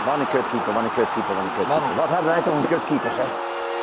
Wat een kutkeeper. Wat hebben wij toch een kutkeepers, hè?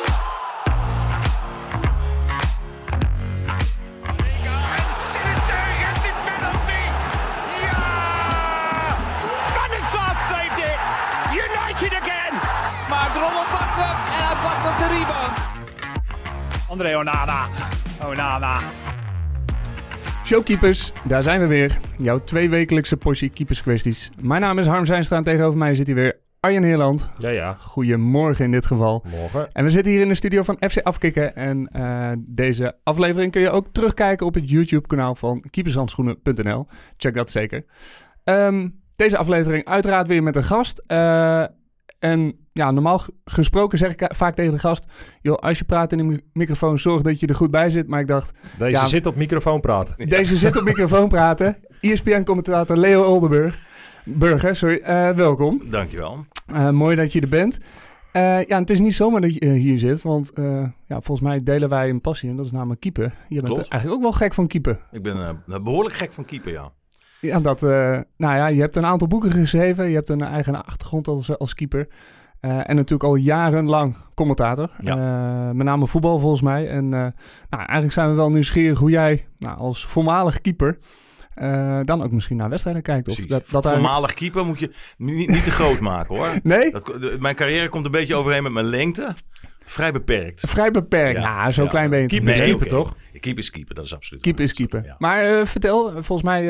De rebound. André Onana. Showkeepers, daar zijn we weer. Jouw 2-wekelijkse portie keeperskwesties. Mijn naam is Harm Zijnstra en tegenover mij zit hier weer Arjen Heerland. Ja. Goedemorgen in dit geval. Morgen. En we zitten hier in de studio van FC Afkikken. En deze aflevering kun je ook terugkijken op het YouTube-kanaal van keepershandschoenen.nl. Check dat zeker. Deze aflevering uiteraard weer met een gast. En ja, normaal gesproken zeg ik vaak tegen de gast... joh, als je praat in de microfoon, zorg dat je er goed bij zit. Maar ik dacht... Deze zit op microfoon praten. Deze zit op microfoon praten. ESPN-commentator Leo Oldenburg. Welkom. Dankjewel. Mooi dat je er bent. Ja, het is niet zomaar dat je hier zit. Want volgens mij delen wij een passie. En dat is namelijk keeper. Je bent eigenlijk ook wel gek van keeper. Ik ben behoorlijk gek van keeper, ja. Ja, je hebt een aantal boeken geschreven. Je hebt een eigen achtergrond als keeper. En natuurlijk al jarenlang commentator. Ja. Met name voetbal volgens mij. En eigenlijk zijn we wel nieuwsgierig hoe jij als voormalig keeper... dan ook misschien naar wedstrijden kijkt. Of voormalig keeper moet je niet te groot maken, hoor. Nee? Mijn carrière komt een beetje overeen met mijn lengte. Vrij beperkt. Ja, zo'n klein beetje. Keeper is keeper, toch? Keeper is keeper, dat is absoluut. Keeper is keeper. Ja. Maar vertel, volgens mij...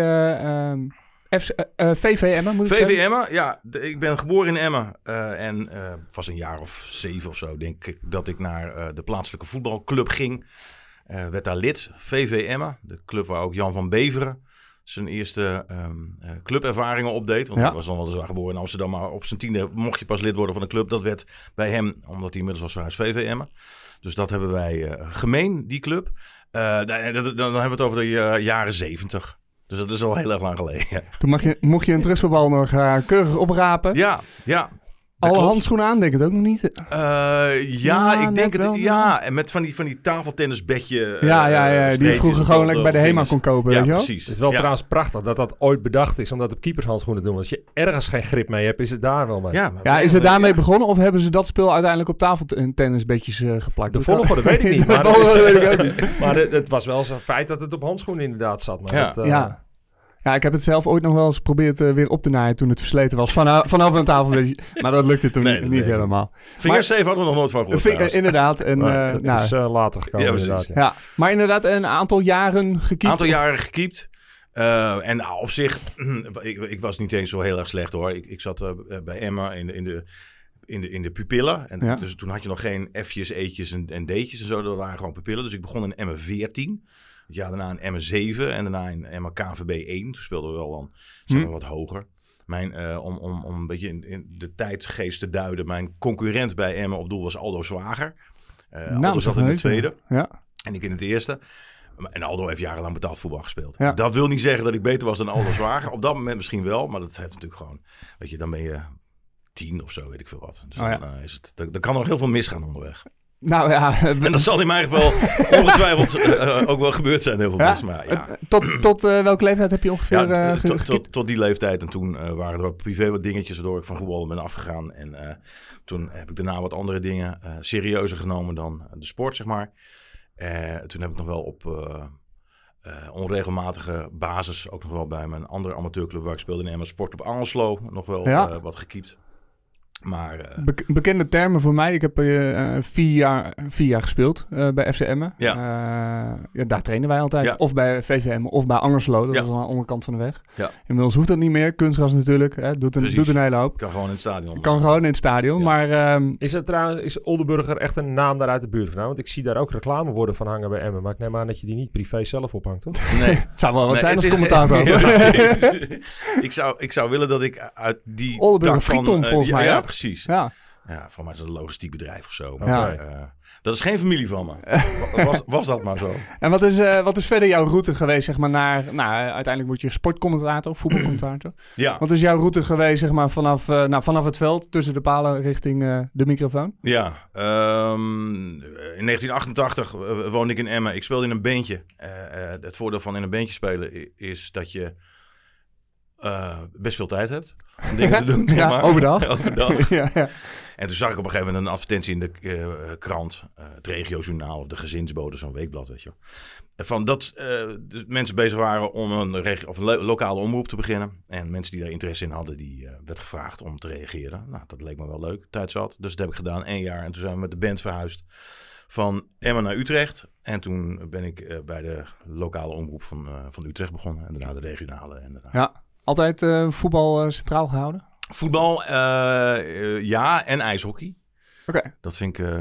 VV Emmen, moet ik VV zeggen? Emmen, ja. Ik ben geboren in Emmen. En was een jaar of 7 of zo, denk ik, dat ik naar de plaatselijke voetbalclub ging. Werd daar lid. VV Emmen, de club waar ook Jan van Beveren zijn eerste clubervaringen opdeed. Want hij was dan weliswaar geboren in Amsterdam, maar op zijn 10e mocht je pas lid worden van een club. Dat werd bij hem, omdat hij inmiddels was verhuisd, VV Emmen. Dus dat hebben wij gemeen, die club. Dan hebben we het over de jaren 70. Dus dat is al heel erg lang geleden. Toen mocht je een terugspelbal nog keurig oprapen. Ja. Alle handschoenen aan, denk ik het ook nog niet. Ik denk het. Wel, ja, en met van die tafeltennisbedje. Die je vroeger gewoon lekker bij de HEMA kon kopen. Ja, weet je wel? precies. Het is wel trouwens prachtig dat ooit bedacht is om dat op keepershandschoenen te doen. Als je ergens geen grip mee hebt, is het daar wel mee. Ja, is het daarmee begonnen of hebben ze dat spul uiteindelijk op tafeltennisbedjes geplakt? De volgorde weet ik niet. Maar het was wel zo'n feit dat het op handschoenen inderdaad zat. Maar Ja, ik heb het zelf ooit nog wel eens geprobeerd weer op te naaien toen het versleten was. Vanaf een tafelbedje. Maar dat lukte toen niet helemaal. Vingersafe hadden we nog nooit van gehoord. Inderdaad. En, dat is later gekomen inderdaad. Ja, maar inderdaad een aantal jaren gekiept. En op zich, ik was niet eens zo heel erg slecht, hoor. Ik zat bij Emma in de pupillen. En dus toen had je nog geen F'jes, E'tjes en D'tjes en zo. Dat waren gewoon pupillen. Dus ik begon in Emma 14. Het jaar daarna in Emmen 7 en daarna in Emmen KNVB 1. Toen speelden we wel dan wat hoger. Om een beetje in de tijdgeest te duiden. Mijn concurrent bij Emmen op doel was Aldo Zwager. Aldo zat in de tweede. Ja. En ik in het eerste. En Aldo heeft jarenlang betaald voetbal gespeeld. Ja. Dat wil niet zeggen dat ik beter was dan Aldo Zwager. Op dat moment misschien wel. Maar dat heeft natuurlijk gewoon... Weet je, dan ben je 10 of zo, weet ik veel wat. Dus dan kan er nog heel veel misgaan onderweg. Nou ja, en dat zal in mijn geval ongetwijfeld ook wel gebeurd zijn. Heel veel mensen. Maar, Tot welke leeftijd heb je ongeveer tot die leeftijd. En toen waren er ook privé wat dingetjes waardoor ik van voetbal ben afgegaan. En toen heb ik daarna wat andere dingen serieuzer genomen dan de sport, zeg maar. Toen heb ik nog wel op onregelmatige basis, ook nog wel bij mijn andere amateurclub waar ik speelde in Emmen Sport op Angelslo, nog wel wat gekiept. Maar, bekende termen voor mij. Ik heb 4 jaar gespeeld bij FC Emmen. Daar trainen wij altijd. Ja. Of bij VVM of bij Angerslo. Dat is aan de onderkant van de weg. Ja. Inmiddels hoeft dat niet meer. Kunstgras natuurlijk. Doet een hele hoop. Kan gewoon in het stadion. Ja. Maar, is Oldenburger echt een naam daar uit de buurt vandaan? Want ik zie daar ook reclameborden van hangen bij Emmen. Maar ik neem aan dat je die niet privé zelf ophangt, toch? Nee. Het zou wel wat zijn als commentator. Ik zou willen dat ik uit die Oldenburger Frieton volgens mij. Ja, precies. Ja, voor mij is het een logistiek bedrijf of zo. Ja. Dat is geen familie van me. Was dat maar zo. En wat is verder jouw route geweest, zeg maar, naar... Nou, uiteindelijk word je sportcommentator, voetbalcommentator. Ja. Wat is jouw route geweest, zeg maar, vanaf het veld, tussen de palen richting de microfoon? Ja, in 1988 woonde ik in Emmen. Ik speelde in een bandje. Het voordeel van in een bandje spelen is dat je best veel tijd hebt. dingen te doen. zeg Ja, maar. overdag. Overdag. ja. En toen zag ik op een gegeven moment een advertentie in de krant, het regiojournaal of de gezinsbode, zo'n weekblad, weet je wel. Van dat dus mensen bezig waren om een lokale omroep te beginnen. En mensen die daar interesse in hadden, die werd gevraagd om te reageren. Nou, dat leek me wel leuk, tijd zat. Dus dat heb ik gedaan, 1 jaar. En toen zijn we met de band verhuisd van Emmen naar Utrecht. En toen ben ik bij de lokale omroep van Utrecht begonnen. En daarna de regionale. En daarna... Ja, altijd voetbal centraal gehouden? Voetbal, ja, en ijshockey. Oké. Dat vind ik...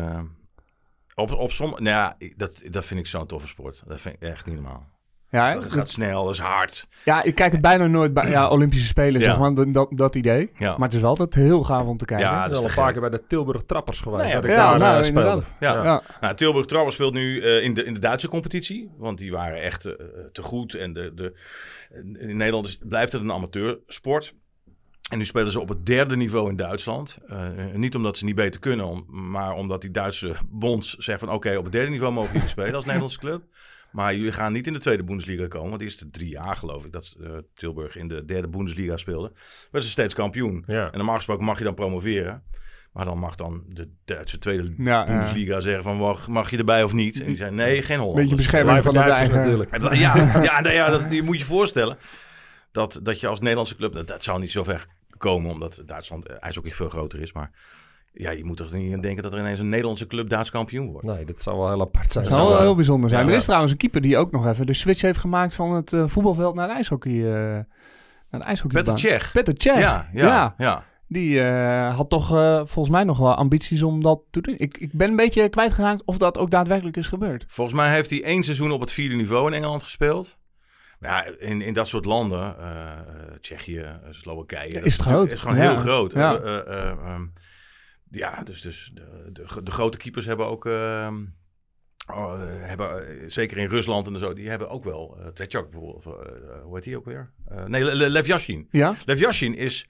nou ja, dat vind ik zo'n toffe sport. Dat vind ik echt niet normaal. Ja, Dat gaat snel, dat is hard. Ja, ik kijk het bijna nooit bij Olympische Spelen, Ja. zeg maar, dat idee. Ja. Maar het is wel altijd heel gaaf om te kijken. Ja, Ik dat ben is al te een paar gek. keer bij de Tilburg Trappers geweest. Nee, dat ik ja, daar speelde. inderdaad. Ja. Ja. Nou, Tilburg Trappers speelt nu in de Duitse competitie. Want die waren echt te goed. En in Nederland blijft het een amateursport. En nu spelen ze op het 3e niveau in Duitsland. Niet omdat ze niet beter kunnen, maar omdat die Duitse bond zegt van oké, op het 3e niveau mogen jullie spelen als Nederlandse club. Maar jullie gaan niet in de 2e Bundesliga komen. Want die is 3 jaar geloof ik dat Tilburg in de 3e Bundesliga speelde. Werden ze steeds kampioen. Ja. En normaal gesproken mag je dan promoveren. Maar dan mag dan de Duitse 2e Ja, Bundesliga zeggen van mag je erbij of niet. En die zei nee, geen Holland. Beetje bescherming Blijven van het Duitsers eigen... natuurlijk. Je moet je voorstellen dat je als Nederlandse club... Dat zou niet zo ver komen, omdat Duitsland ijshockey veel groter is. Maar ja, je moet toch niet denken dat er ineens een Nederlandse club Duits kampioen wordt. Nee, dat zou wel heel apart zijn. Dat zou wel heel bijzonder zijn. Ja. Er is trouwens een keeper die ook nog even de switch heeft gemaakt van het voetbalveld naar de ijshockey. Naar de ijshockeybaan. Petter Cech. Petter Cech. Ja. Die had toch volgens mij nog wel ambities om dat te doen. Ik ben een beetje kwijtgeraakt of dat ook daadwerkelijk is gebeurd. Volgens mij heeft hij 1 seizoen op het 4e niveau in Engeland gespeeld. Maar ja, in dat soort landen, Tsjechië, Slowakije... Is het groot? is gewoon Ja. heel groot. Ja. Dus de grote keepers hebben ook... zeker in Rusland en zo, die hebben ook wel... Tretjak bijvoorbeeld, hoe heet die ook weer? Lev Yashin. Ja? Lev Yashin is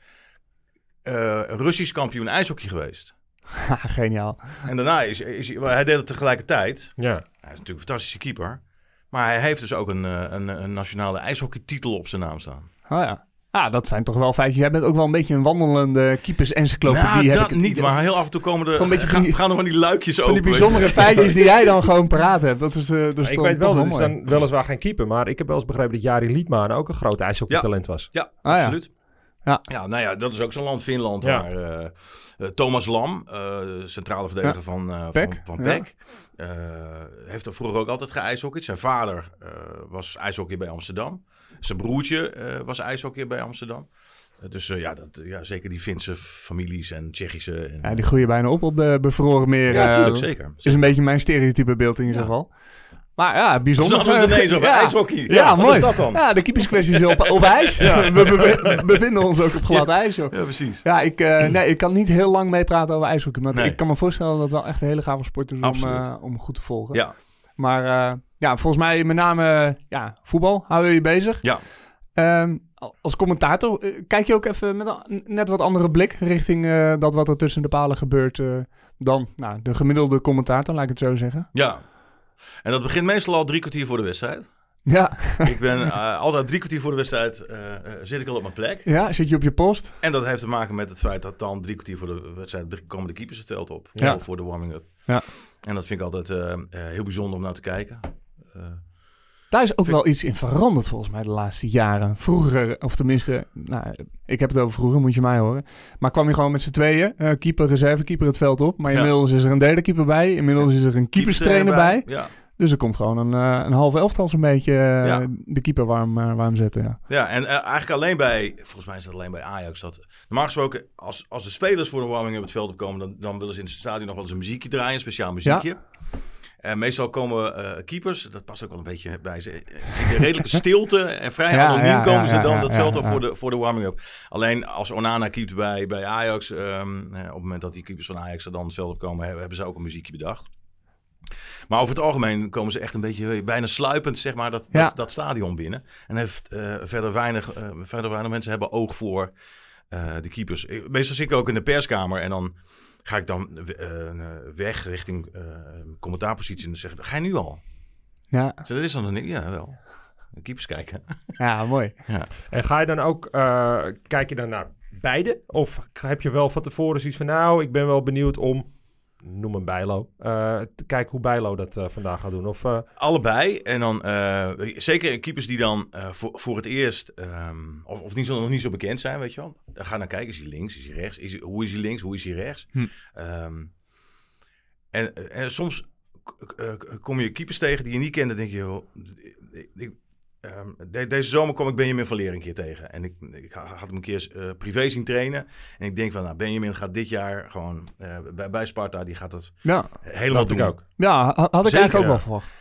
Russisch kampioen ijshockey geweest. Geniaal. En daarna hij deed het tegelijkertijd. Ja. Hij is natuurlijk een fantastische keeper. Maar hij heeft dus ook een nationale ijshockeytitel op zijn naam staan. Oh ja. Ah, dat zijn toch wel feitjes. Jij bent ook wel een beetje een wandelende keepers-encyclopedie. Nou, dat niet, maar heel af en toe komen er... Gewoon een beetje gaan er van die luikjes van open. die bijzondere feitjes die jij dan gewoon paraat hebt. Dat is Ik weet wel, dat is dan weliswaar geen keeper. Maar ik heb wel eens begrepen dat Jari Liedman ook een groot ijshockeytalent was. Ja, Ah, ja. absoluut. Ja. Ja, nou ja, dat is ook zo'n land, Finland, Ja. waar Thomas Lam, centrale verdediger van PEC, heeft er vroeger ook altijd geijshockeyd. Zijn vader was ijshockey bij Amsterdam. Zijn broertje was ijshockey bij Amsterdam. Dus zeker die Finse families en Tsjechische. En, Ja, die groeien bijna op de bevroren meer. ja, natuurlijk, zeker. Is een beetje mijn stereotype beeld in ieder Ja. geval. Maar ja, bijzonder. Snap je het ineens over ijshockey? Ja, Wat mooi. is dat dan? Ja, de keeperskwestie is op ijs. We bevinden ons ook op glad ijs. Joh. Ja, precies. Ja, ik kan niet heel lang meepraten over ijshockey. Maar Nee. ik kan me voorstellen dat het wel echt een hele gave sport is Absoluut. om goed te volgen. Ja. Maar volgens mij met name voetbal hou je bezig. Ja. Als commentator kijk je ook even met een net wat andere blik richting dat wat er tussen de palen gebeurt dan de gemiddelde commentator, laat ik het zo zeggen. Ja. En dat begint meestal al 3 kwartier voor de wedstrijd. Ja, Ik ben altijd 3 kwartier voor de wedstrijd zit ik al op mijn plek. ja, zit je op je post? En dat heeft te maken met het feit dat dan 3 kwartier voor de wedstrijd komen de keepers het veld op. Ja. Voor de warming-up. Ja. En dat vind ik altijd heel bijzonder om naar te kijken. Daar is ook wel iets in veranderd volgens mij de laatste jaren. Vroeger, of tenminste, ik heb het over vroeger, moet je mij horen. Maar kwam je gewoon met z'n tweeën, keeper, reservekeeper het veld op. Maar inmiddels is er een derde keeper bij. Inmiddels is er een keeperstrainer bij. Ja. Dus er komt gewoon een halve elftal zo'n beetje de keeper warm zetten. Ja. Ja, en eigenlijk alleen volgens mij is dat alleen bij Ajax. Dat normaal gesproken, als de spelers voor de warming-up het veld opkomen, dan willen ze in het stadion nog wel eens een muziekje draaien, een speciaal muziekje. En meestal komen keepers, dat past ook wel een beetje bij ze, in de redelijke stilte en vrij anoniem komen ze dan dat veld op voor de warming-up. Alleen als Onana keept bij Ajax, op het moment dat die keepers van Ajax er dan het veld op komen, hebben ze ook een muziekje bedacht. Maar over het algemeen komen ze echt een beetje bijna sluipend, zeg maar, dat stadion binnen. En heeft verder weinig mensen hebben oog voor de keepers. Meestal zit ik ook in de perskamer en dan ga ik dan weg richting commentaarpositie en dan zeg ik, ga je nu al? Ja. Dat is dan niet. Ja, wel. De keepers kijken. Ja, mooi. Ja. En ga je dan ook, kijk je dan naar beide? Of heb je wel van tevoren zoiets van... nou, ik ben wel benieuwd om... noem een Bijlo. Te kijken hoe Bijlo dat vandaag gaat doen. Of, allebei. En dan zeker keepers die dan voor het eerst... of nog niet zo bekend zijn, weet je wel. Ga naar kijken. Is hij links? Is hij rechts? Hoe is hij links? Hoe is hij rechts? En soms kom je keepers tegen die je niet kent. Dan denk je... deze zomer kom ik Benjamin van Leer een keer tegen. En ik had hem een keer privé zien trainen. En ik denk van, nou, Benjamin gaat dit jaar gewoon bij Sparta, die gaat het helemaal doen. Ook. Ja, had ik eigenlijk ook wel verwacht.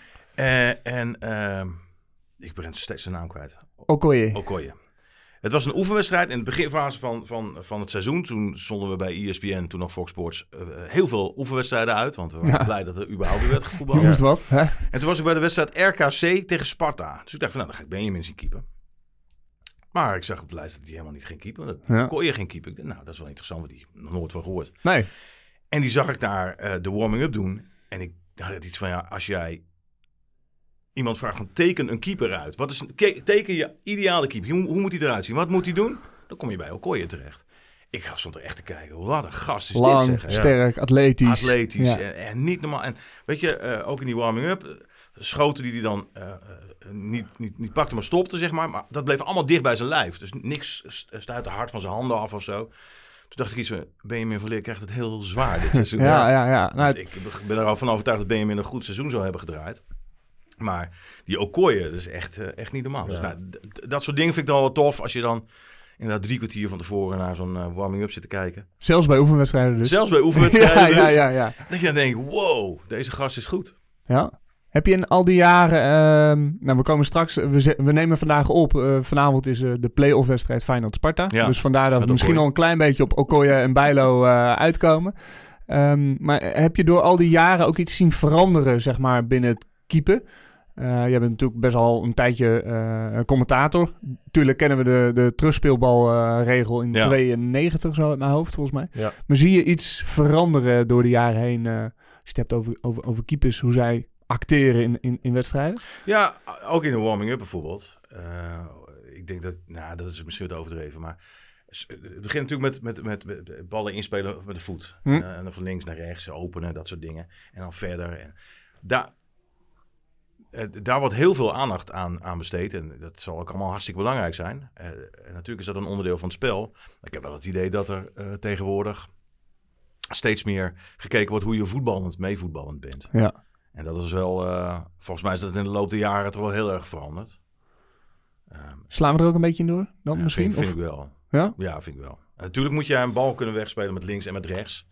Ik ben steeds zijn naam kwijt. Okoye. Het was een oefenwedstrijd in de beginfase van het seizoen. Toen stonden we bij ESPN, toen nog Fox Sports, heel veel oefenwedstrijden uit. Want we waren blij dat er überhaupt weer werd gevoetbald. Je moest wat, hè? En toen was ik bij de wedstrijd RKC tegen Sparta. Dus ik dacht van, nou, dan ga ik Benjamin zien keepen. Maar ik zag op de lijst dat hij helemaal niet ging keepen. Dat kon je geen keepen. Ik dacht, nou, dat is wel interessant, want die heb nog nooit van gehoord. Nee. En die zag ik daar de warming-up doen. En ik had iets van, ja, als jij... Iemand vraagt van, teken een keeper uit. Teken je ideale keeper. Hoe moet hij eruit zien? Wat moet hij doen? Dan kom je bij Okoye terecht. Ik stond er echt te kijken. Wat een gast is Lang, dit, zeg. sterk, atletisch. En niet normaal. En weet je, ook in die warming-up... schoten die dan niet pakte, maar stopte, zeg maar. Maar dat bleef allemaal dicht bij zijn lijf. Dus niks stuitte hard van zijn handen af of zo. Toen dacht ik iets van, Benjamin van Leer krijgt het heel zwaar dit seizoen. Ja. Nou, ik ben er al van overtuigd dat Benjamin een goed seizoen zou hebben gedraaid. Maar die Okoye, dat is echt niet normaal. Ja. Dus dat soort dingen vind ik dan wel tof als je dan inderdaad 3 kwartier van tevoren naar zo'n warming-up zit te kijken. Zelfs bij oefenwedstrijden dus. Zelfs bij oefenwedstrijden Ja. Dat je dan denkt, wow, deze gast is goed. Ja. Heb je in al die jaren... we komen straks... We nemen vandaag op. Vanavond is de play-off wedstrijd Feyenoord-Sparta. Ja, dus vandaar dat we misschien al een klein beetje op Okoye en Bijlo uitkomen. Maar heb je door al die jaren ook iets zien veranderen, zeg maar, binnen het keepen? Je bent natuurlijk best al een tijdje commentator. Tuurlijk kennen we de terugspeelbalregel in 92 zo uit mijn hoofd, volgens mij. Ja. Maar zie je iets veranderen door de jaren heen? Als je het hebt over keepers, hoe zij acteren in wedstrijden? Ja, ook in de warming-up bijvoorbeeld. Ik denk dat is misschien wat overdreven, maar het begint natuurlijk met ballen inspelen met de voet. En dan van links naar rechts, openen, dat soort dingen. En dan verder. En daar wordt heel veel aandacht aan besteed. En dat zal ook allemaal hartstikke belangrijk zijn. En natuurlijk is dat een onderdeel van het spel. Ik heb wel het idee dat er tegenwoordig steeds meer gekeken wordt hoe je meevoetballend bent. Ja. En dat is wel, volgens mij is dat in de loop der jaren toch wel heel erg veranderd. Slaan we er ook een beetje in door dan misschien? Vind ik wel. Ja? Ja, vind ik wel. En natuurlijk moet je een bal kunnen wegspelen met links en met rechts.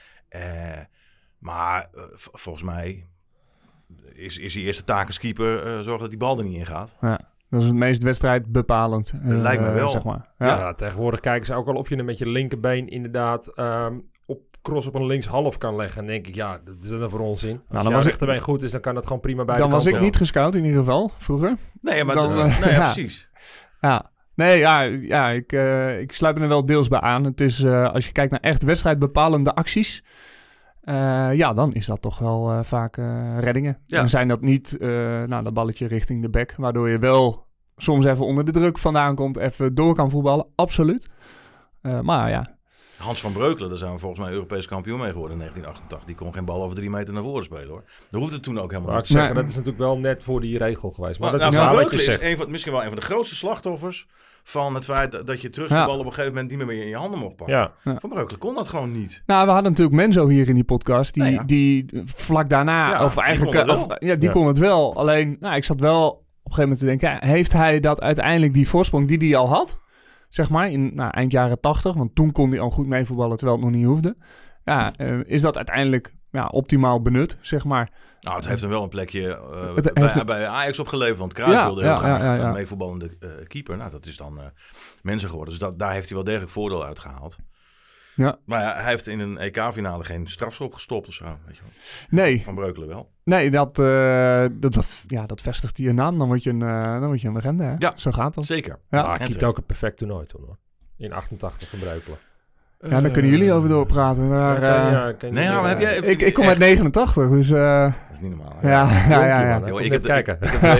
Maar volgens mij is die eerste taak als keeper zorgen dat die bal er niet in gaat. Ja. Dat is het meest wedstrijdbepalend. Lijkt me wel. Zeg maar. Ja, tegenwoordig kijken ze ook al of je hem met je linkerbeen inderdaad cross op een linkshalf kan leggen. En denk ik, ja, dat is dan voor onzin. Als je rechterbeen goed is, dan kan dat gewoon prima bij de kant. Dan was ik niet gescout in ieder geval, vroeger. Nee, maar precies. Ja. Nee, ik sluit me er wel deels bij aan. Het is, als je kijkt naar echt wedstrijdbepalende acties, dan is dat toch wel vaak reddingen. Ja. En zijn dat niet dat balletje richting de back, waardoor je wel soms even onder de druk vandaan komt, even door kan voetballen. Absoluut. Maar ja. Hans van Breukelen, daar zijn we volgens mij Europees kampioen mee geworden in 1988. Die kon geen bal over 3 meter naar voren spelen, hoor. Dat hoefde toen ook helemaal niet. Zeggen, dat is natuurlijk wel net voor die regel geweest. Maar dat is wat je zegt. Misschien wel een van de grootste slachtoffers van het feit dat je terug de bal op een gegeven moment niet meer in je handen mocht pakken. Ja. Van Breukelen kon dat gewoon niet. Nou, we hadden natuurlijk Menzo hier in die podcast, die vlak daarna, of eigenlijk, die kon het wel. Alleen, ik zat wel op een gegeven moment te denken, heeft hij dat uiteindelijk die voorsprong die hij al had, zeg maar, in eind jaren 80, want toen kon hij al goed meevoetballen terwijl het nog niet hoefde. Ja, is dat uiteindelijk optimaal benut, zeg maar. Nou, het heeft hem wel een plekje bij Ajax opgeleverd, want Cruijff wilde heel graag een meevoetballende keeper. Nou, dat is dan mensen geworden. Dus daar heeft hij wel degelijk voordeel uit gehaald. Ja. Maar hij heeft in een EK-finale geen strafschop gestopt of zo. Weet je wel. Nee. Van Breukelen wel. Nee, dat vestigt je naam. Dan word je een legende. Hè? Ja. Zo gaat dat. Zeker. Ja. Hij keept ook een perfect toernooi toen, hoor. In 88 van Breukelen. Ja, daar kunnen jullie over doorpraten. Maar heb jij... Ik kom uit 89, dus... Dat is niet normaal. Ja. Yo, ik heb kijken.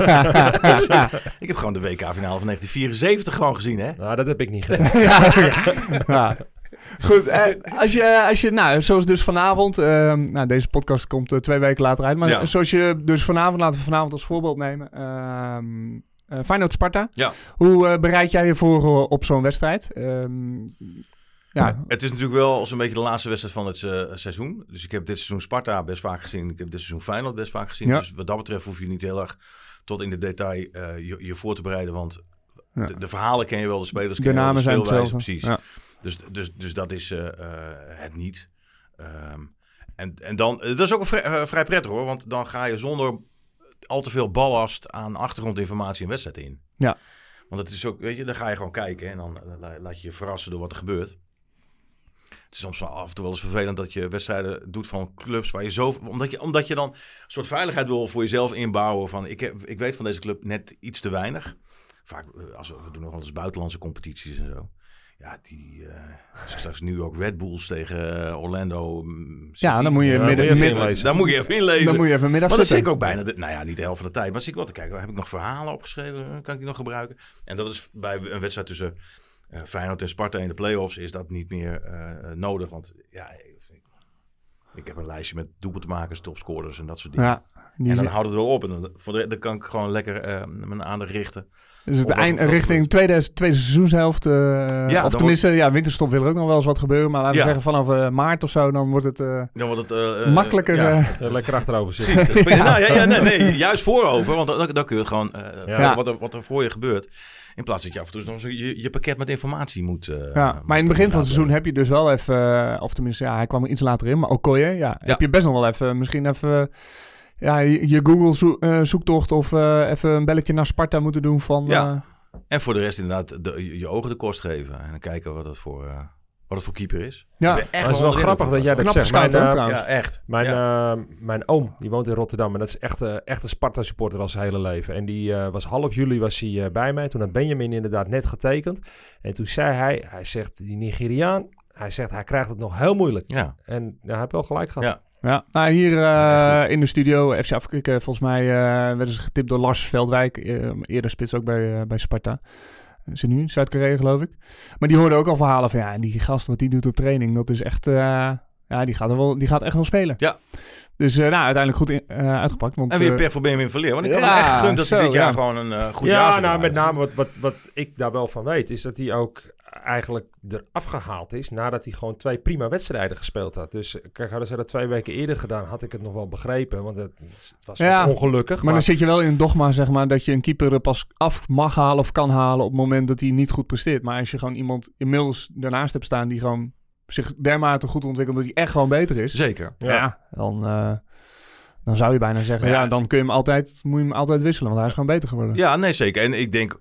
Ik heb gewoon de WK-finale van 1974 gewoon gezien, hè? Nou, dat heb ik niet gedaan. Ja. Goed, als je nou, zoals dus vanavond... deze podcast komt 2 weken later uit. Maar zoals je dus vanavond... Laten we vanavond als voorbeeld nemen... Feyenoord-Sparta. Ja. Hoe bereid jij je voor op zo'n wedstrijd? Het is natuurlijk wel zo'n beetje de laatste wedstrijd van het seizoen. Dus ik heb dit seizoen Sparta best vaak gezien. Ik heb dit seizoen Feyenoord best vaak gezien. Ja. Dus wat dat betreft hoef je niet heel erg tot in de detail je voor te bereiden. Want de verhalen ken je wel, de spelers ken je wel, de speelwijze. Precies. Ja. Dus dat is het niet. En dan, dat is ook vrij prettig hoor. Want dan ga je zonder al te veel ballast aan achtergrondinformatie een wedstrijd in. Ja. Want het is ook, weet je, dan ga je gewoon kijken en dan laat je je verrassen door wat er gebeurt. Het is soms af en toe wel eens vervelend dat je wedstrijden doet van clubs waar je zo... Omdat je dan een soort veiligheid wil voor jezelf inbouwen van... Ik weet van deze club net iets te weinig. Vaak, we doen nog wel eens buitenlandse competities en zo. Ja, straks nu ook Red Bulls tegen Orlando. Ja, dan moet je even inlezen. Dan moet je even inlezen. Dan moet je even middag maar dan zit ik ook bijna, niet de helft van de tijd. Maar zit ik wel te kijken, heb ik nog verhalen opgeschreven? Kan ik die nog gebruiken? En dat is bij een wedstrijd tussen Feyenoord en Sparta in de play-offs is dat niet meer nodig. Want ja, ik heb een lijstje met doelpuntenmakers, topscorers en dat soort dingen. Ja, en dan houdt het wel op. En dan kan ik gewoon lekker mijn aandacht richten. Dus het eind richting tweede seizoenshelft. Of tenminste, winterstop wil er ook nog wel eens wat gebeuren. Maar laten we zeggen vanaf maart of zo, dan wordt het, makkelijker. Lekker achterover zitten. Nee, juist voorover. Want dan kun je gewoon wat er voor je gebeurt. In plaats dat je af en toe nog zo je pakket met informatie moet... maar in het begin van het seizoen heb je dus wel even... of tenminste, hij kwam er iets later in. Maar Okoye, heb je best nog wel even... Misschien even... Ja, je Google zoektocht of even een belletje naar Sparta moeten doen van... En voor de rest inderdaad je ogen de kost geven. En dan kijken wat het voor keeper is. Ja, het is wel grappig dat jij dat zegt. Echt. Mijn oom, die woont in Rotterdam. En dat is echt een Sparta-supporter al zijn hele leven. En die was half juli bij mij. Toen had Benjamin inderdaad net getekend. En toen zei hij zegt, die Nigeriaan... hij krijgt het nog heel moeilijk. Ja. En hij heeft wel gelijk gehad. Ja. Ja, nou hier in de studio, FC Afkikken, volgens mij werden ze getipt door Lars Veldwijk. Eerder spits ook bij Sparta. Ze nu in Zuid-Korea, geloof ik. Maar die hoorde ook al verhalen van, en die gast wat die doet op training, dat is echt, die gaat echt wel spelen. Ja. Dus uiteindelijk goed uitgepakt. Want, en weer per voor Benjamin Verleer. Want ik had hem echt gegund dat hij dit jaar gewoon een goed jaar zou nou, met name wat ik daar wel van weet, is dat hij ook eigenlijk eraf gehaald is nadat hij gewoon 2 prima wedstrijden gespeeld had. Dus kijk, hadden ze dat 2 weken eerder gedaan, had ik het nog wel begrepen, want het was wat ongelukkig. Maar dan zit je wel in een dogma, zeg maar, dat je een keeper er pas af mag halen of kan halen op het moment dat hij niet goed presteert. Maar als je gewoon iemand inmiddels daarnaast hebt staan die gewoon zich dermate goed ontwikkelt dat hij echt gewoon beter is. Zeker. Ja, dan zou je bijna zeggen, dan moet je hem altijd wisselen, want hij is gewoon beter geworden. Ja, nee, zeker. En ik denk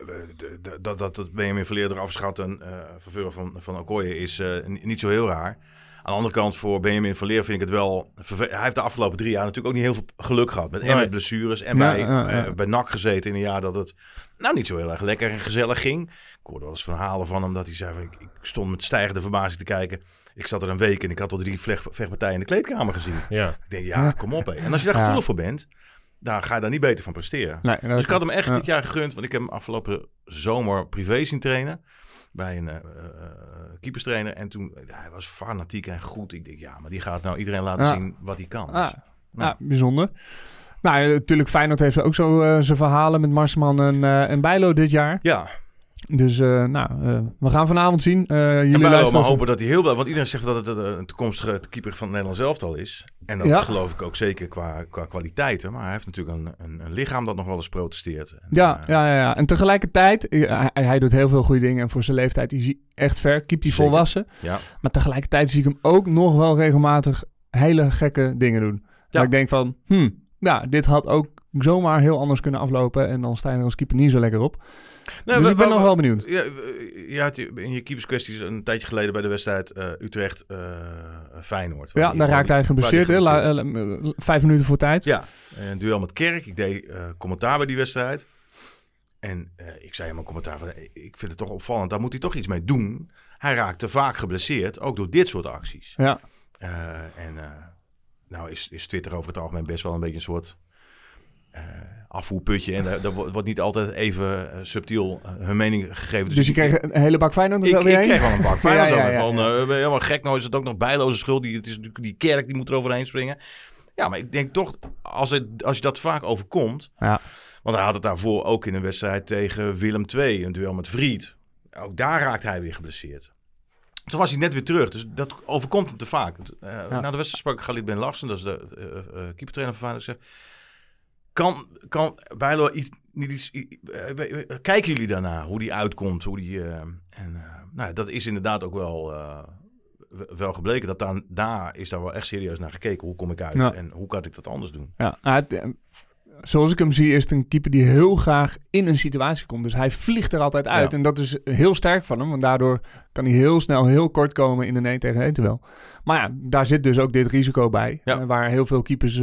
dat Benjamin Verleer eraf schat en vervullen van Okoye is niet zo heel raar. Aan de andere kant, voor Benjamin Verleer vind ik het wel... Hij heeft de afgelopen 3 jaar natuurlijk ook niet heel veel geluk gehad. Met blessures en bij NAC gezeten in een jaar dat het niet zo heel erg lekker en gezellig ging. Ik hoorde wel eens verhalen van hem dat hij zei... Ik stond met stijgende verbazing te kijken. Ik zat er een week en ik had al 3 vechtpartijen in de kleedkamer gezien. Ja. Ik denk, kom op. Hé. En als je daar gevoelig voor bent, dan ga je daar niet beter van presteren. Nee, dus ik had hem echt dit jaar gegund. Want ik heb hem afgelopen zomer privé zien trainen. Bij een keeperstrainer. En toen, hij was fanatiek en goed. Ik denk, maar die gaat nou iedereen laten zien wat hij kan. Dus, bijzonder. Nou, natuurlijk Feyenoord heeft ook zo zijn verhalen met Marsman en Bijlo dit jaar. Ja. Dus we gaan vanavond zien. Jullie luisteren maar hopen dat hij heel blij... Want iedereen zegt dat het een toekomstige keeper van het Nederlands elftal is. En dat geloof ik ook zeker qua kwaliteiten. Maar hij heeft natuurlijk een lichaam dat nog wel eens protesteert. Ja. En tegelijkertijd, hij doet heel veel goede dingen. En voor zijn leeftijd is hij echt ver. Keept hij volwassen. Ja. Maar tegelijkertijd zie ik hem ook nog wel regelmatig hele gekke dingen doen. Ja. Dat ik denk van, dit had ook zomaar heel anders kunnen aflopen. En dan sta je er als keeper niet zo lekker op. Nou, dus ik ben nog wel benieuwd. Je had in je keerskwesties een tijdje geleden bij de wedstrijd Utrecht-Feyenoord. Ja, daar raakte hij geblesseerd. 5 minuten voor tijd. Ja, een duel met Kerk. Ik deed commentaar bij die wedstrijd. En ik zei in mijn commentaar, ik vind het toch opvallend, daar moet hij toch iets mee doen. Hij raakte vaak geblesseerd, ook door dit soort acties. Ja. Nou is Twitter over het algemeen best wel een beetje een soort afvoerputje. En daar wordt niet altijd even subtiel hun mening gegeven. Dus je kreeg een hele bak Feyenoord Ik kreeg wel een bak Feyenoord. Ben je helemaal gek, nou is het ook nog bijloze schuld. Het is natuurlijk die Kerk, die moet er overheen springen. Ja, maar ik denk toch, als je dat vaak overkomt... Ja. Want hij had het daarvoor ook in een wedstrijd tegen Willem II, een duel met Vriet. Ook daar raakte hij weer geblesseerd. Toen was hij net weer terug, dus dat overkomt hem te vaak. Na de wedstrijd sprak Khalid Ben Larsen, dat is de keepertrainer van Feyenoord. Kan Bijlo niet iets... kijken jullie daarna, hoe die uitkomt? Dat is inderdaad ook wel gebleken. Daar is daar wel echt serieus naar gekeken. Hoe kom ik uit en hoe kan ik dat anders doen? Ja, zoals ik hem zie is het een keeper die heel graag in een situatie komt. Dus hij vliegt er altijd uit. Ja. En dat is heel sterk van hem. Want daardoor kan hij heel snel, heel kort komen in een 1-tegen-1 duel. Maar ja, daar zit dus ook dit risico bij. Ja. Waar heel veel keepers...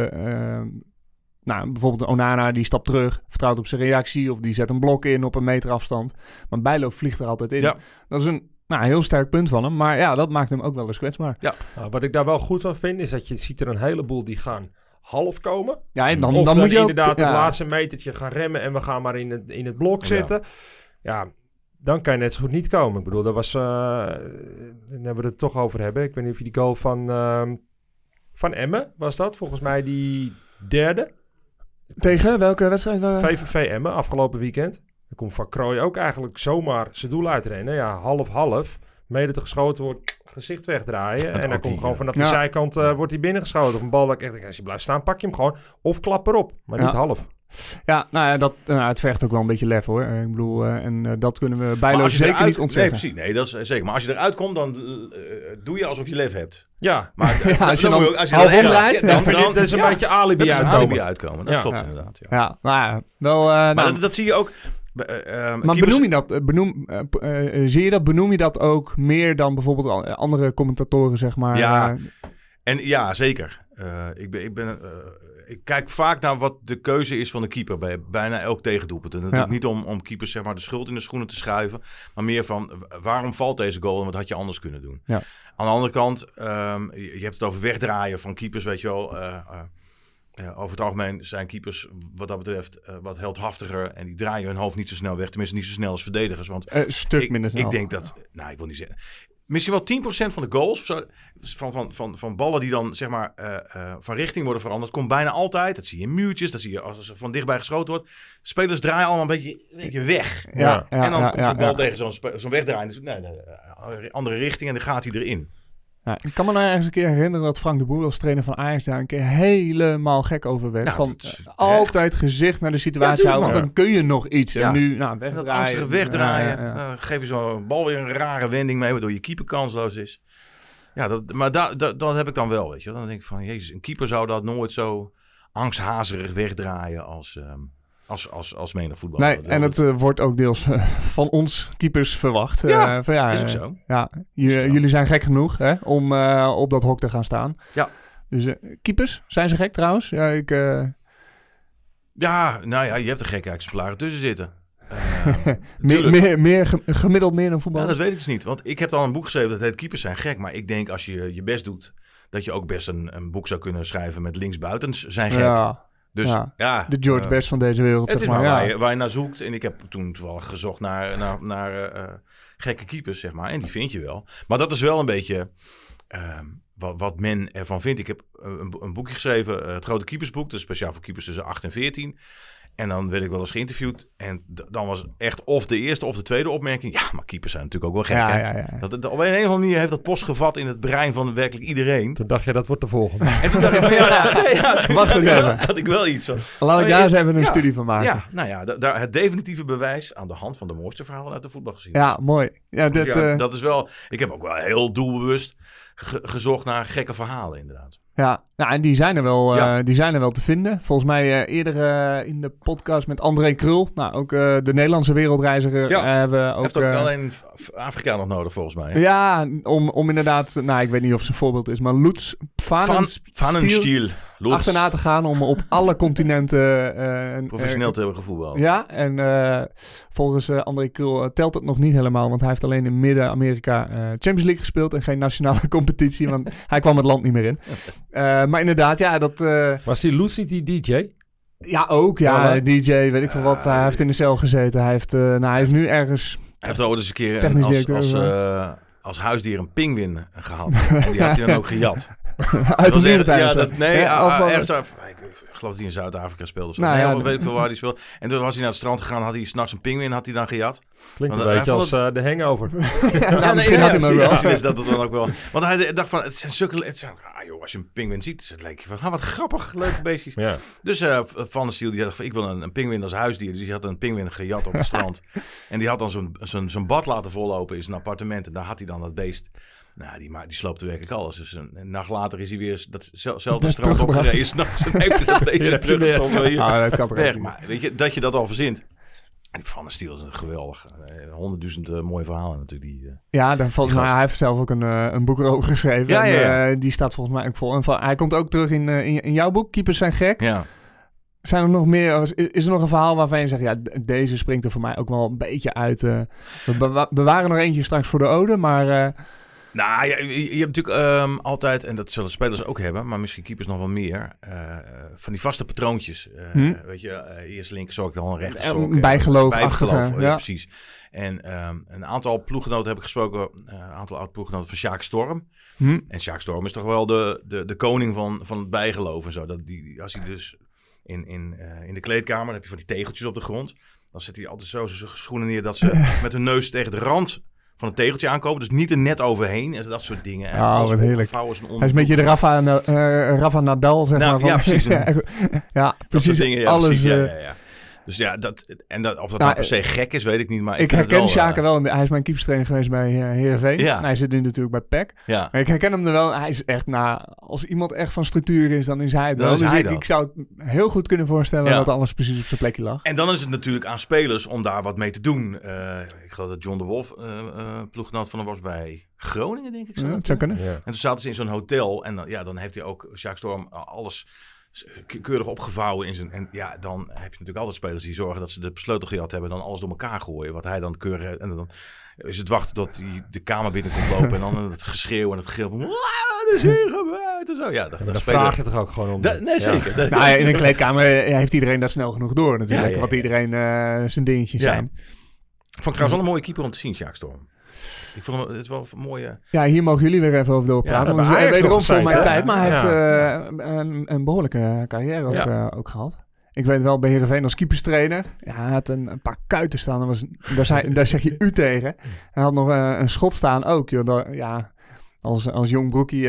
bijvoorbeeld Onana die stapt terug, vertrouwt op zijn reactie... of die zet een blok in op een meter afstand. Maar Bijlo vliegt er altijd in. Ja. Dat is een heel sterk punt van hem. Maar ja, dat maakt hem ook wel eens kwetsbaar. Ja. Nou, wat ik daar wel goed van vind, is dat je ziet er een heleboel die gaan... half komen. Ja, en dan moet je inderdaad ook, het laatste metertje gaan remmen en we gaan maar in het blok zitten. Ja, dan kan je net zo goed niet komen. Ik bedoel, dat was... dan hebben we het toch over hebben. Ik weet niet of je die goal van Emmen was dat. Volgens mij die derde. Tegen welke wedstrijd? VVV Emmen, afgelopen weekend. Dan komt Van Krooij ook eigenlijk zomaar zijn doel uitrennen. Ja, half. Mede te geschoten wordt, gezicht wegdraaien. En dan komt gewoon vanaf de zijkant wordt hij binnengeschoten. Op een bal dat ik echt, als je blijft staan, pak je hem gewoon. Of klap erop, maar niet half. Ja, het vergt ook wel een beetje lef hoor. Ik bedoel, dat kunnen we Bijlo zeker niet ontzeggen. Nee, precies. Nee, dat is zeker. Maar als je eruit komt, dan doe je alsof je lef hebt. Ja. Maar als je dan half omdraait, dan is een beetje alibi uitkomen. Dat klopt inderdaad. Ja, maar wel... maar dat zie je ook... maar benoem je dat? Zie je dat? Benoem je dat ook meer dan bijvoorbeeld andere commentatoren, zeg maar? Ja, zeker. Ik kijk vaak naar wat de keuze is van de keeper bij bijna elk tegendoelpunt. En dat is niet om keepers zeg maar de schuld in de schoenen te schuiven, maar meer van waarom valt deze goal en wat had je anders kunnen doen? Ja. Aan de andere kant, je hebt het over wegdraaien van keepers, weet je wel. Over het algemeen zijn keepers wat dat betreft wat heldhaftiger. En die draaien hun hoofd niet zo snel weg. Tenminste niet zo snel als verdedigers. Want een stuk minder snel. Ik denk dat... Nou, ik wil niet zeggen... Misschien wel 10% van de goals van ballen die dan zeg maar van richting worden veranderd, komt bijna altijd. Dat zie je in muurtjes, dat zie je als er van dichtbij geschoten wordt. Spelers draaien allemaal een beetje weg. Ja, en dan komt de bal tegen zo'n wegdraaiing. Dus, andere richting en dan gaat hij erin. Ja, ik kan me nou ergens een keer herinneren dat Frank de Boer als trainer van Ajax daar een keer helemaal gek over werd. Van altijd gezicht naar de situatie houden, want dan kun je nog iets. En nu wegdraaien. Dat angstige wegdraaien. Geef je zo'n bal weer een rare wending mee, waardoor je keeper kansloos is. Ja, maar dat heb ik dan wel, weet je. Dan denk ik van, jezus, een keeper zou dat nooit zo angsthazerig wegdraaien als menig voetballer. Nee, en het wordt ook deels van ons keepers verwacht. Is ook zo. Ja, jullie zijn gek genoeg om op dat hok te gaan staan. Ja. Dus keepers, zijn ze gek trouwens? Ja, je hebt er gekke exemplaren tussen zitten. Gemiddeld meer dan voetbal? Ja, dat weet ik dus niet. Want ik heb al een boek geschreven dat heet Keepers zijn gek. Maar ik denk als je je best doet, dat je ook best een boek zou kunnen schrijven met linksbuitens zijn gek. Ja. Dus, de George Best van deze wereld. Het is maar waar je naar zoekt. En ik heb toen toevallig gezocht naar gekke keepers, zeg maar. En die vind je wel. Maar dat is wel een beetje wat men ervan vindt. Ik heb een boekje geschreven, het Grote Keepersboek. Dat is speciaal voor keepers tussen 8 en 14. En dan werd ik wel eens geïnterviewd. En dan was echt of de eerste of de tweede opmerking. Ja, maar keepers zijn natuurlijk ook wel gek. Ja. Dat, op een of andere manier heeft dat post gevat in het brein van werkelijk iedereen. Toen dacht je, dat wordt de volgende. En toen dacht ik van wacht eens even. Had ik wel iets van. Laat ik daar eens even een studie van maken. Ja, het definitieve bewijs aan de hand van de mooiste verhalen uit de voetbalgeschiedenis. Ja, mooi. Dat is wel... Ik heb ook wel heel doelbewust gezocht naar gekke verhalen, inderdaad. Ja, en die zijn er wel te vinden. Volgens mij eerder in de podcast met André Krul. Nou, ook de Nederlandse wereldreiziger. Hebben ook, heeft ook alleen Afrika nog nodig, volgens mij. Hè? Ja, om inderdaad... Nou, ik weet niet of het een voorbeeld is. Maar Lutz Pfannenstiel. achterna te gaan om op alle continenten... professioneel te hebben gevoetbald. Ja, en volgens André Krul telt het nog niet helemaal, want hij heeft alleen in Midden-Amerika Champions League gespeeld en geen nationale competitie, want hij kwam het land niet meer in. Maar inderdaad, ja, dat... Was die Loets niet die DJ? Ja, ook. Ja, DJ, weet ik veel wat. Hij heeft in de cel gezeten. Hij heeft nu ergens... Hij heeft ooit eens een keer als huisdier een pinguïn gehad. En die had hij dan ook gejat. Uit de dierentuin. Ja, ergens ik geloof dat hij in Zuid-Afrika speelde. Of zo. Nou, nee, weet ik veel waar hij speelde. En toen was hij naar het strand gegaan, had hij 's nachts een pinguïn dan gejat. Klinkt een beetje als de hangover. Misschien had hij hem ook wel. Misschien is dat het dan ook wel. Want hij dacht van, het zijn joh, als je een pinguïn ziet, het leek je van, wat grappig, leuke beestjes. Ja. Dus Van der Stiel, die dacht van, ik wil een pinguïn als huisdier. Dus die had een pinguïn gejat op het strand. En die had dan zo'n bad laten vollopen in zijn appartement. En daar had hij dan dat beest. Nou, die sloopte werkelijk alles. Dus een nacht later is hij weer datzelfde strand opgereden. S'nachts en heeft hij dat beest teruggestopt. Weg. Maar weet je, dat je dat al verzint. En Van der Stiel is een geweldig. 100.000 mooie verhalen natuurlijk. Hij heeft zelf ook een boek erover geschreven. Ja, en die staat volgens mij ook vol. En hij komt ook terug in jouw boek, Keepers zijn gek. Ja. Zijn er nog meer? Is er nog een verhaal waarvan je zegt, ja, deze springt er voor mij ook wel een beetje uit. We bewaren nog eentje straks voor de ode, maar... Nou, je hebt natuurlijk altijd, en dat zullen spelers ook hebben, maar misschien keepers nog wel meer, van die vaste patroontjes. Weet je, eerst linker sok, dan rechter sok. Bijgeloof. Ja, precies. En een aantal ploeggenoten heb ik gesproken, een aantal oud-ploeggenoten van Sjaak Storm. En Sjaak Storm is toch wel de koning van het bijgeloof en zo. Als hij dus in de kleedkamer, dan heb je van die tegeltjes op de grond. Dan zet hij altijd zo zijn schoenen neer dat ze met hun neus tegen de rand van het tegeltje aankomen. Dus niet er net overheen en dat soort dingen. En wat heerlijk. Hij is een beetje de Rafa Nadal, zeg maar. Ja, precies. Precies. Dingen, alles. Precies, ja. Dus ja, of dat nou per se gek is, weet ik niet. Maar ik herken Sjaak wel. Hij is mijn keeperstrainer geweest bij Heerenveen. Ja. Hij zit nu natuurlijk bij PEC. Ja. Maar ik herken hem er wel. Hij is echt, als iemand echt van structuur is, dan is hij het wel. Dus ik zou het heel goed kunnen voorstellen dat alles precies op zijn plekje lag. En dan is het natuurlijk aan spelers om daar wat mee te doen. Ik geloof dat John de Wolf ploeggenoot van hem was bij Groningen, denk ik. Dat zou kunnen. Ja. En toen zaten ze in zo'n hotel. En dan heeft hij ook, Sjaak Storm, alles keurig opgevouwen in zijn... En ja, dan heb je natuurlijk altijd spelers die zorgen dat ze de sleutel gehad hebben en dan alles door elkaar gooien. Wat hij dan keurig... En dan is het wachten tot hij de kamer binnen komt lopen en dan het geschreeuw en het gegil van... Het is hier gebeurd en zo. Ja, dan vraag je toch ook gewoon om. Nee, zeker. Nou, in een kleedkamer heeft iedereen dat snel genoeg door natuurlijk. Wat iedereen zijn dingetjes zijn. Ik vond trouwens wel een mooie keeper om te zien, Sjaak Storm. Ik vond hem, het is wel een mooie... Ja, hier mogen jullie weer even over doorpraten. Ja, want wederom voor mijn tijd. Maar hij heeft een behoorlijke carrière ook gehad. Ik weet wel, bij Heerenveen als keeperstrainer. Ja, hij had een paar kuiten staan. Daar zeg je u tegen. Hij had nog een schot staan ook. Joh. Als jong broekie.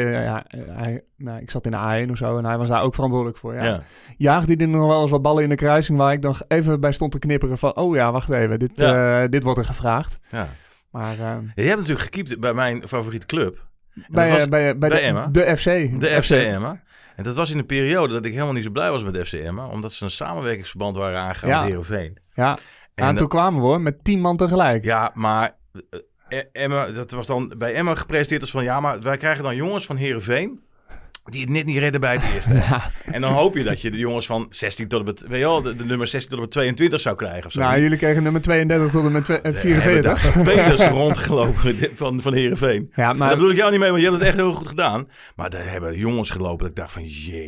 Ik zat in de A1 of zo. En hij was daar ook verantwoordelijk voor. Ja. Jaagde hij er nog wel eens wat ballen in de kruising. Waar ik nog even bij stond te knipperen van... Oh ja, wacht even. Dit wordt er gevraagd. Ja. Maar, je hebt natuurlijk gekiept bij mijn favoriete club. Bij Emma. De FC. De FC Emma. En dat was in een periode dat ik helemaal niet zo blij was met FC Emma. Omdat ze een samenwerkingsverband waren aangegaan met Heerenveen. Ja, en toen kwamen we met 10 man tegelijk. Ja, maar Emma, dat was dan bij Emma gepresenteerd als van... Ja, maar wij krijgen dan jongens van Heerenveen... die het net niet redden bij het eerste. Ja. En dan hoop je dat je de jongens van 16 tot en met... Weet je wel, de nummer 16 tot en met 22 zou krijgen. Of zo. Nou, jullie kregen nummer 32 tot en met 44. Spelers rondgelopen van Heerenveen. Ja, maar... Daar bedoel ik jou niet mee, want je hebt het echt heel goed gedaan. Maar daar hebben jongens gelopen dat ik dacht van...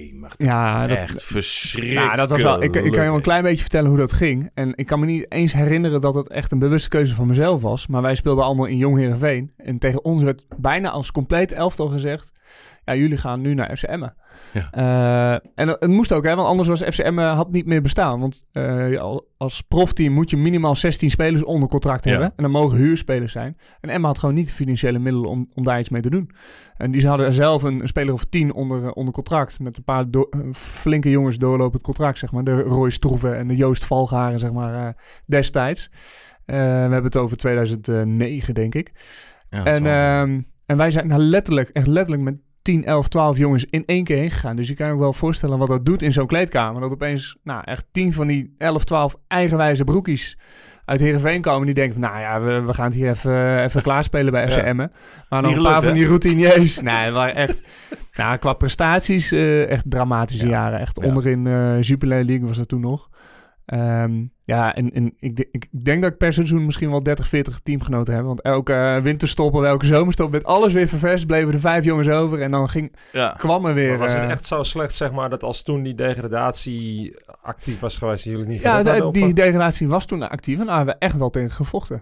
echt verschrikkelijk. Ja, dat was wel... Ik kan je wel een klein beetje vertellen hoe dat ging. En ik kan me niet eens herinneren dat het echt een bewuste keuze van mezelf was. Maar wij speelden allemaal in Jong Heerenveen. En tegen ons werd bijna als compleet elftal gezegd... Ja, jullie gaan nu naar FC Emmen. Ja. En het moest ook, hè, want anders was FC Emmen had niet meer bestaan. Want als profteam moet je minimaal 16 spelers onder contract hebben. En dan mogen huurspelers zijn. En Emmen had gewoon niet de financiële middelen om daar iets mee te doen. En die hadden zelf een speler of 10 onder contract. Met een paar flinke jongens doorlopend contract, zeg maar. De Roy Stroeven en de Joost Valgaren, zeg maar, destijds. We hebben het over 2009, denk ik. Ja, en wij zijn echt letterlijk met 10, 11, 12 jongens in één keer heen gegaan. Dus je kan je ook wel voorstellen wat dat doet in zo'n kleedkamer. Dat opeens echt 10 van die 11, 12 eigenwijze broekies uit Heerenveen komen die denken van, nou ja, we gaan het hier even klaarspelen bij FC Emmen. Maar nog Niet een paar gelukt, van die routiniers. Nee, het waren echt, qua prestaties echt dramatische jaren. Echt onderin Jupiler League was dat toen nog. En ik denk dat ik per seizoen misschien wel 30, 40 teamgenoten heb. Want elke winterstop of elke zomerstop met alles weer ververst, bleven er 5 jongens over. En dan kwam er weer... Maar was het echt zo slecht, zeg maar, dat als toen die degradatie actief was geweest, jullie niet gered hadden? Die degradatie was toen actief en daar hebben we echt wel tegen gevochten.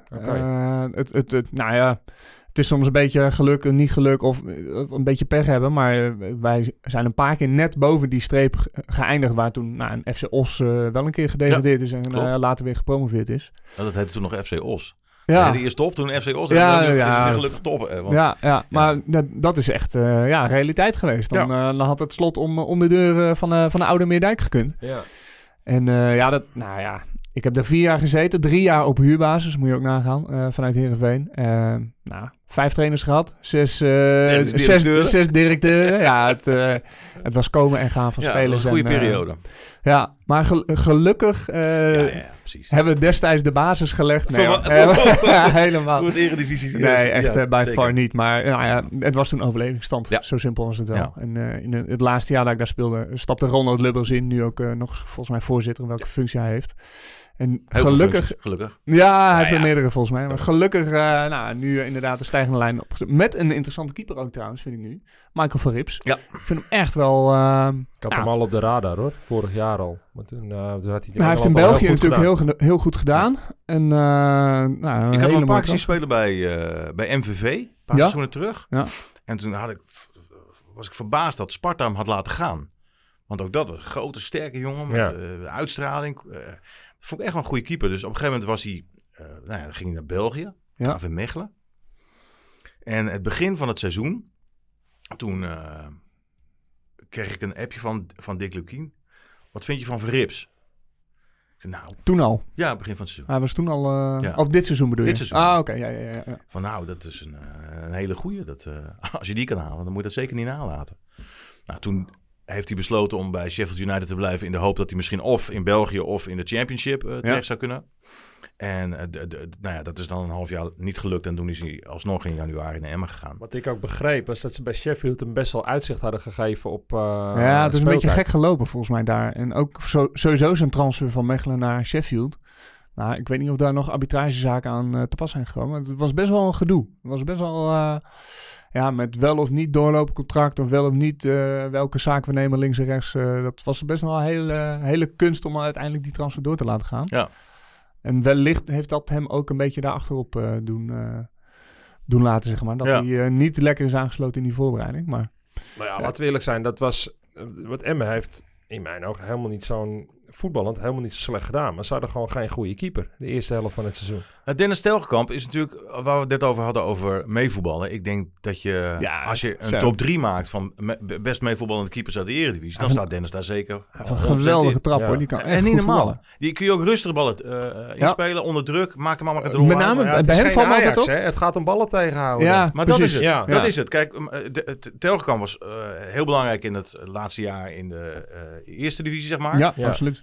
Het is soms een beetje geluk en niet geluk of een beetje pech hebben. Maar wij zijn een paar keer net boven die streep geëindigd. Waar toen een FC Os wel een keer gedegradeerd is en later weer gepromoveerd is. Dat heette toen nog FC Os. Ja. De eerste top, toen FC Os. Is gelukkig top. Maar dat is echt realiteit geweest. Dan had het slot om de deur van de Oude Meerdijk gekund. Ja. En ik heb daar 4 jaar gezeten. 3 jaar op huurbasis, moet je ook nagaan, vanuit Heerenveen. 5 trainers gehad. 6 directeuren. Ja, het was komen en gaan van spelers. Dat was een goede periode. Ja, maar gelukkig hebben we destijds de basis gelegd. Helemaal. Voor het Eredivisie. Nee, echt bij far niet. Maar het was toen overlevingsstand. Ja. Zo simpel was het wel. Ja. En in het laatste jaar dat ik daar speelde, stapte Ronald Lubbers in. Nu ook nog volgens mij voorzitter, welke functie hij heeft. En gelukkig. Ja, hij heeft er meerdere volgens mij. Maar gelukkig nu inderdaad de stijgende lijn opgezet. Met een interessante keeper ook trouwens, vind ik nu. Michael van Rips. Ja. Ik vind hem echt wel... ik had hem al op de radar hoor. Vorig jaar al. Maar toen had hij heeft in België natuurlijk heel goed gedaan. En, ik had hem een paar keer zien spelen bij MVV. Een paar seizoenen terug. Ja. En toen was ik verbaasd dat Sparta hem had laten gaan. Want ook dat was een grote, sterke jongen. Met uitstraling. Dat vond ik echt wel een goede keeper. Dus op een gegeven moment was hij... ging hij naar België. KV Mechelen. En het begin van het seizoen... Toen kreeg ik een appje van Dick Lukien. Wat vind je van Verrips? Ik zei, toen al? Ja, begin van het seizoen. Hij was toen al... Of dit seizoen bedoel je? Dit seizoen. Oké. Ja. Van dat is een hele goeie. Als je die kan halen, dan moet je dat zeker niet nalaten. Toen heeft hij besloten om bij Sheffield United te blijven... in de hoop dat hij misschien of in België of in de Championship terecht zou kunnen. En dat is dan een half jaar niet gelukt. En toen is hij alsnog in januari naar Emmen gegaan. Wat ik ook begreep was dat ze bij Sheffield hem best wel uitzicht hadden gegeven op het is een beetje gek gelopen volgens mij daar. En ook sowieso zijn transfer van Mechelen naar Sheffield. Ik weet niet of daar nog arbitragezaken aan te pas zijn gekomen. Het was best wel een gedoe. Het was best wel... met wel of niet doorlopen contract of wel of niet welke zaak we nemen links en rechts. Dat was best wel een hele kunst om uiteindelijk die transfer door te laten gaan. Ja. En wellicht heeft dat hem ook een beetje daarachterop doen laten, zeg maar. Dat hij niet lekker is aangesloten in die voorbereiding. Maar laten we eerlijk zijn. Dat was wat Emmen heeft in mijn ogen helemaal niet zo'n voetballend helemaal niet zo slecht gedaan. Maar ze hadden gewoon geen goede keeper de eerste helft van het seizoen. Dennis Telgekamp is natuurlijk, waar we het net over hadden, over meevoetballen. Ik denk dat je, als je een top 3 maakt van best meevoetballende keepers uit de Eredivisie, dan staat Dennis daar zeker. Een geweldige trap hoor. Die kan echt niet goed normaal. voetballen. Die kun je ook rustig ballen inspelen, onder druk. Maakt hem allemaal met name bij hem valt altijd op. Het gaat om ballen tegenhouden. Ja, maar precies. Dat is het. Ja. Dat is het. Kijk, Telgekamp was heel belangrijk in het laatste jaar in de eerste divisie, zeg maar. Ja, absoluut.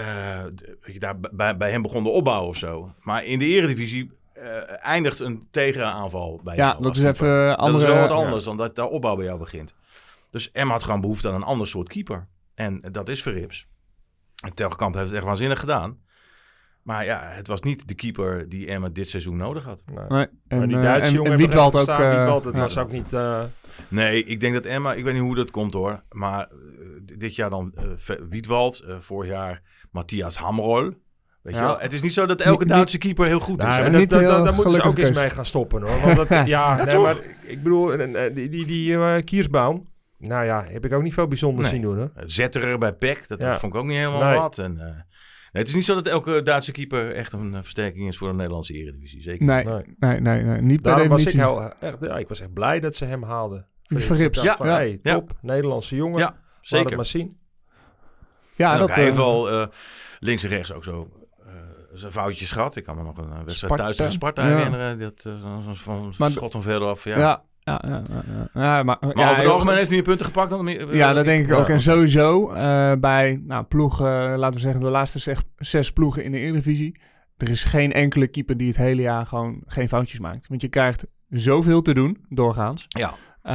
Bij hem begon de opbouw of zo. Maar in de Eredivisie eindigt een tegenaanval bij jou. Ja, dat is even andere... Dat is wel wat anders dan dat de opbouw bij jou begint. Dus Emma had gewoon behoefte aan een ander soort keeper. En dat is Verrips. En Telgekamp heeft het echt waanzinnig gedaan. Maar het was niet de keeper die Emma dit seizoen nodig had. Nee. Maar die Duitse jongen... En Wiedwald ook... Wiedwald, het was ook niet... Nee, ik denk dat Emma... Ik weet niet hoe dat komt hoor. Maar dit jaar dan Wiedwald. Vorig jaar Matthias Hamrol. Weet je wel? Het is niet zo dat elke Duitse keeper heel goed is. Daar moeten ze ook eens mee gaan stoppen hoor. Want maar ik bedoel, die Kiersbaum... heb ik ook niet veel bijzonders zien doen hoor. Zetterer bij PEC, dat vond ik ook niet helemaal wat. En... het is niet zo dat elke Duitse keeper echt een versterking is voor de Nederlandse Eredivisie. Zeker nee. Niet per Daarom was definitie. ik was echt blij dat ze hem haalden. Verrips. Top, Nederlandse jongen. Ja, zeker. Laat het maar zien. Ja, dat hij heeft wel links en rechts ook zo zijn foutjes gehad. Ik kan me nog een wedstrijd thuis tegen Sparta herinneren. Dat van schot van verder af. Maar over het algemeen heeft hij meer punten gepakt dan dat denk ik ook. En sowieso bij ploegen, laten we zeggen de laatste 6 ploegen in de Eredivisie, er is geen enkele keeper die het hele jaar gewoon geen foutjes maakt. Want je krijgt zoveel te doen, doorgaans. Ja.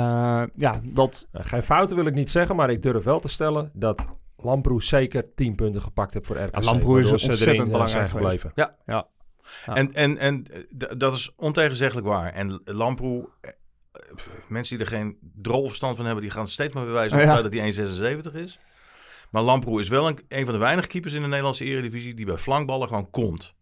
Geen fouten wil ik niet zeggen, maar ik durf wel te stellen dat Lamproe zeker 10 punten gepakt heeft voor RKC. Lamproe is ontzettend belangrijk zijn gebleven. Ja. Ja. En dat is ontegenzeggelijk waar. En Lamproe, mensen die er geen drol verstand van hebben, die gaan steeds maar bewijzen dat hij 1,76 is. Maar Lamproe is wel een van de weinige keepers in de Nederlandse Eredivisie die bij flankballen gewoon komt.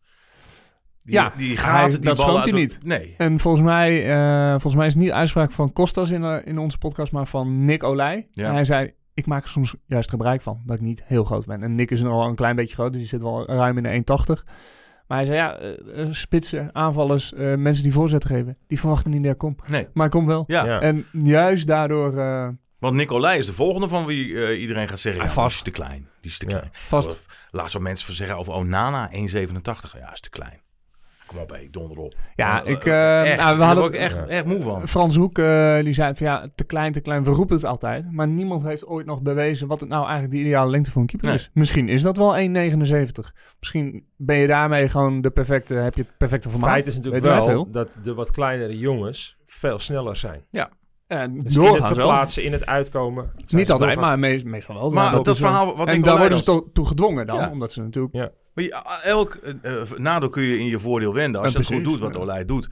Die gaat die bal uit. Niet. Nee. En volgens mij is het niet uitspraak van Kostas in onze podcast, maar van Nick Olij. Ja. En hij zei, ik maak er soms juist gebruik van, dat ik niet heel groot ben. En Nick is nog wel een klein beetje groot, dus die zit wel ruim in de 1,80. Maar hij zei, spitsen, aanvallers, mensen die voorzetten geven, die verwachten niet dat hij komt. Nee. Maar hij komt wel. Ja. En juist daardoor... Want Nicolai is de volgende van wie iedereen gaat zeggen, die is te klein. Die is te klein. Vast. Laatst wat mensen zeggen over Onana, 1,87. Ja, is te klein. Kom op, donder op. Ja, we hadden ook echt moe van. Frans Hoek, die zei van te klein. We roepen het altijd. Maar niemand heeft ooit nog bewezen wat het nou eigenlijk de ideale lengte voor een keeper is. Misschien is dat wel 1,79. Misschien ben je daarmee gewoon heb je het perfecte formaat. Feit is natuurlijk wel dat de wat kleinere jongens veel sneller zijn. Ja. Dus in het verplaatsen, in het uitkomen. Niet altijd, maar meestal wel. Maar dat verhaal... Wat en daar worden ze toe gedwongen dan, omdat ze natuurlijk... Ja. Maar elk nadeel kun je in je voordeel wenden. Als je het goed doet, wat Olij doet.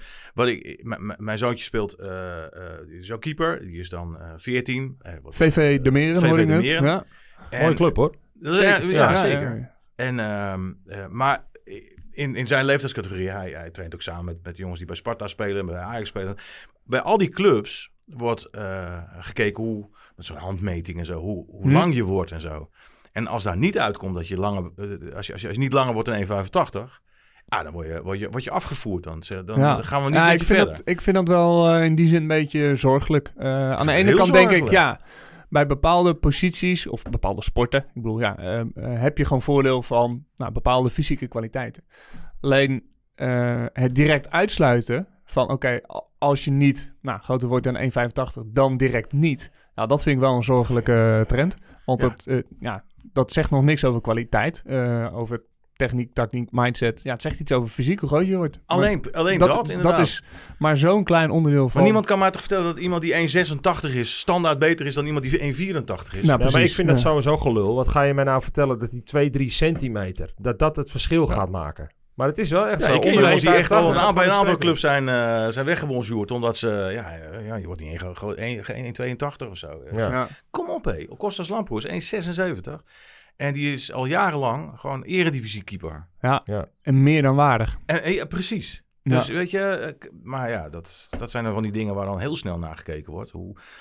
Mijn zoontje speelt... zo'n keeper, die is dan 14. VV De Meren. Ja. Mooie club, hoor. Zeker. Ja, zeker. En, maar... In zijn leeftijdscategorie, hij traint ook samen met jongens die bij Sparta spelen, bij Ajax spelen. Bij al die clubs wordt gekeken hoe, met zo'n handmeting en zo, hoe lang je wordt en zo. En als daar niet uitkomt dat je langer, als je niet langer wordt dan 1,85, dan word je afgevoerd. Dan gaan we niet een beetje verder. Ik vind dat wel in die zin een beetje zorgelijk. Aan de ene kant denk ik, bij bepaalde posities of bepaalde sporten, ik bedoel, heb je gewoon voordeel van bepaalde fysieke kwaliteiten. Alleen het direct uitsluiten van oké, als je niet groter wordt dan 1,85, dan direct niet. Nou, dat vind ik wel een zorgelijke trend. Want dat zegt nog niks over kwaliteit, over techniek, tactiek, mindset. Ja, het zegt iets over fysiek, hoe groot je wordt. Alleen dat inderdaad. Dat is maar zo'n klein onderdeel van... Maar niemand kan mij toch vertellen dat iemand die 1,86 is... standaard beter is dan iemand die 1,84 is? Nou, maar ik vind dat sowieso gelul. Wat ga je mij nou vertellen dat die 2-3 centimeter... dat het verschil gaat maken? Maar het is wel echt zo. Ik ken jongens die echt al bij een aantal clubs zijn weggebonjourd... omdat ze... je wordt niet 1,82 of zo. Ja. Kom op, hé. Kostas Lamproe is 1,76... En die is al jarenlang gewoon eredivisie-keeper. Ja, en meer dan waardig. Precies. Dus weet je, maar dat zijn er van die dingen waar dan heel snel naar gekeken wordt.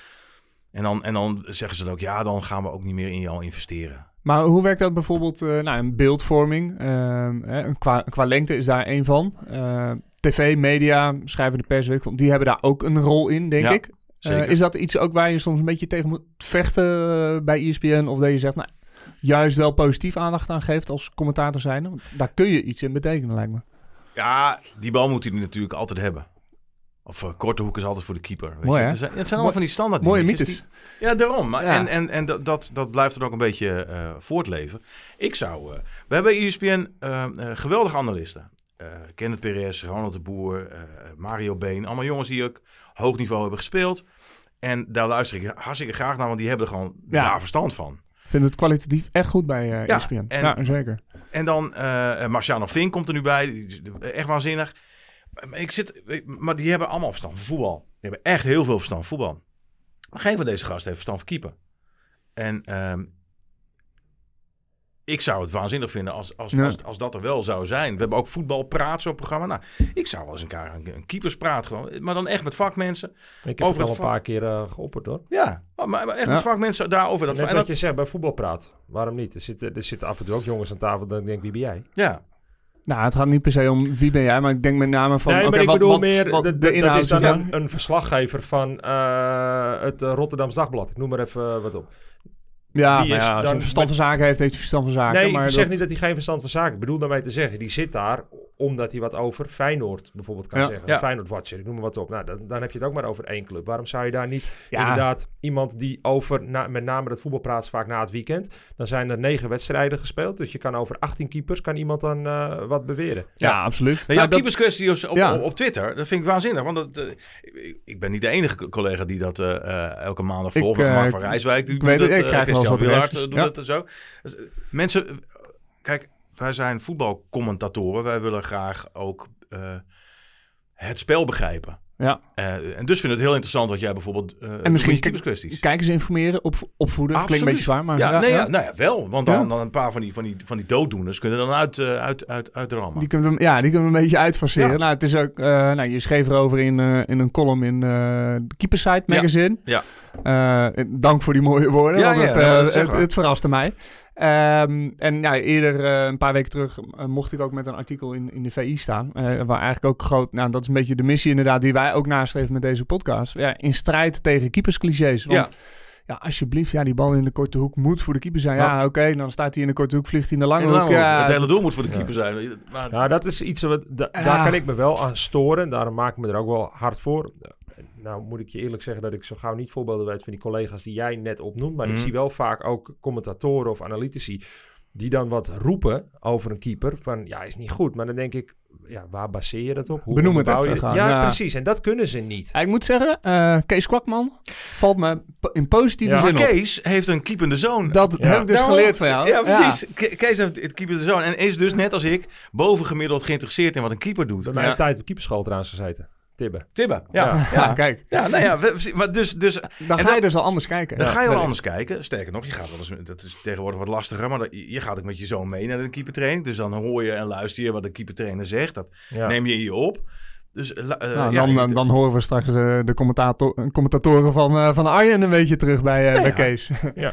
En dan zeggen ze dan ook, dan gaan we ook niet meer in jou investeren. Maar hoe werkt dat bijvoorbeeld in beeldvorming? Qua lengte is daar één van. TV, media, schrijvende pers, die hebben daar ook een rol in, denk ik. Is dat iets ook waar je soms een beetje tegen moet vechten bij ESPN? Of dat je zegt, juist wel positief aandacht aan geeft als commentator zijn. Want daar kun je iets in betekenen, lijkt me. Ja, die bal moet hij natuurlijk altijd hebben. Of korte hoek is altijd voor de keeper. Weet Mooi, je? Het zijn allemaal van die standaard mooie mythes. Ja, daarom. En dat blijft er ook een beetje voortleven. We hebben bij ESPN geweldige analisten. Kenneth Perez, Ronald de Boer, Mario Been. Allemaal jongens die ook hoog niveau hebben gespeeld. En daar luister ik hartstikke graag naar, want die hebben er gewoon daar verstand van. Ik vind het kwalitatief echt goed bij ESPN. Zeker. En dan Marciano Vink komt er nu bij. Echt waanzinnig. Maar die hebben allemaal verstand van voetbal. Die hebben echt heel veel verstand van voetbal. Maar geen van deze gasten heeft verstand van keeper. En ik zou het waanzinnig vinden als dat er wel zou zijn. We hebben ook voetbalpraat, zo'n programma. Nou, ik zou wel eens een keeperspraat gewoon. Maar dan echt met vakmensen. Ik heb het al een paar keer geopperd, hoor. Ja, maar echt met vakmensen daarover. Net wat je zegt bij voetbalpraat. Waarom niet? Er zitten af en toe ook jongens aan tafel. Dan denk ik, wie ben jij? Ja. Nou, het gaat niet per se om wie ben jij, maar ik denk met name van... Nee, maar ik bedoel meer, dat is dan een verslaggever van het Rotterdams Dagblad. Ik noem maar even wat op. Ja, als hij verstand van zaken heeft hij verstand van zaken. Nee, ik zeg niet dat hij geen verstand van zaken... Ik bedoel daarmee te zeggen, die zit daar omdat hij wat over Feyenoord bijvoorbeeld kan zeggen. Ja. Feyenoord Watcher, ik noem maar wat op. Nou, dan heb je het ook maar over 1 club. Waarom zou je daar niet Ja. inderdaad iemand die over, met name dat voetbal praat vaak na het weekend. Dan zijn er 9 wedstrijden gespeeld. Dus je kan over 18 keepers, kan iemand dan wat beweren. Ja, absoluut. Nou, dat- keeperskwestie op Twitter, dat vind ik waanzinnig. Want ik ben niet de enige collega die dat elke maandag volgt. Mark van Rijswijk doet weet dat. het, ik krijg wel eens Christian wat Willaert reacties. doet dat en zo. Dus, mensen, kijk, wij zijn voetbalcommentatoren. Wij willen graag ook het spel begrijpen. Ja. En dus vind ik het heel interessant wat jij bijvoorbeeld En misschien keeperskwesties. kijkers informeren, opvoeden. Absoluut. Klinkt een beetje zwaar, maar... Nou ja, wel. Want dan een paar van die dooddoeners kunnen dan uitrammen. Die kunnen we een beetje uitfaceren. Ja. Nou, het is ook, je schreef erover in een column in Keepersite magazine. Ja. Dank voor die mooie woorden, Ja, want dat zeg maar. het verraste mij. En eerder, een paar weken terug, mocht ik ook met een artikel in de VI staan. Waar eigenlijk ook groot, dat is een beetje de missie inderdaad die wij ook nastreven met deze podcast. Ja, in strijd tegen keepersclichés. Want alsjeblieft, die bal in de korte hoek moet voor de keeper zijn. Ja, oké, dan staat hij in de korte hoek, vliegt hij in de lange hoek. Ja, het hele doel moet voor de keeper zijn. Maar, Nou, dat is iets wat daar kan ik me wel aan storen. Daarom maak ik me er ook wel hard voor. Nou moet ik je eerlijk zeggen dat ik zo gauw niet voorbeelden weet van die collega's die jij net opnoemt. Maar ik zie wel vaak ook commentatoren of analytici die dan wat roepen over een keeper. Van is niet goed. Maar dan denk ik, waar baseer je dat op? Hoe Benoem het onderbouw je even dit? gaan. Ja, Ja. precies. En dat kunnen ze niet. Ik moet zeggen, Kees Kwakman valt me in positieve zin op. Kees heeft een keepende zoon. Dat heb ik dus geleerd van jou. Ja, precies. Kees heeft het keepende zoon. En is dus net als ik bovengemiddeld geïnteresseerd in wat een keeper doet. Bij mij tijd op keeperschool trouwens gezeten. Tibbe. Ja, kijk. Ja, nou ja, maar dus Dan ga je dus al anders kijken. Dan ga je wel anders kijken. Sterker nog, je gaat wel eens, dat is tegenwoordig wat lastiger, maar je gaat ook met je zoon mee naar de keepertraining. Dus dan hoor je en luister je wat de keepertrainer zegt. Dat neem je in je op. Dus, dan horen we straks de commentatoren van Arjen een beetje terug bij Kees.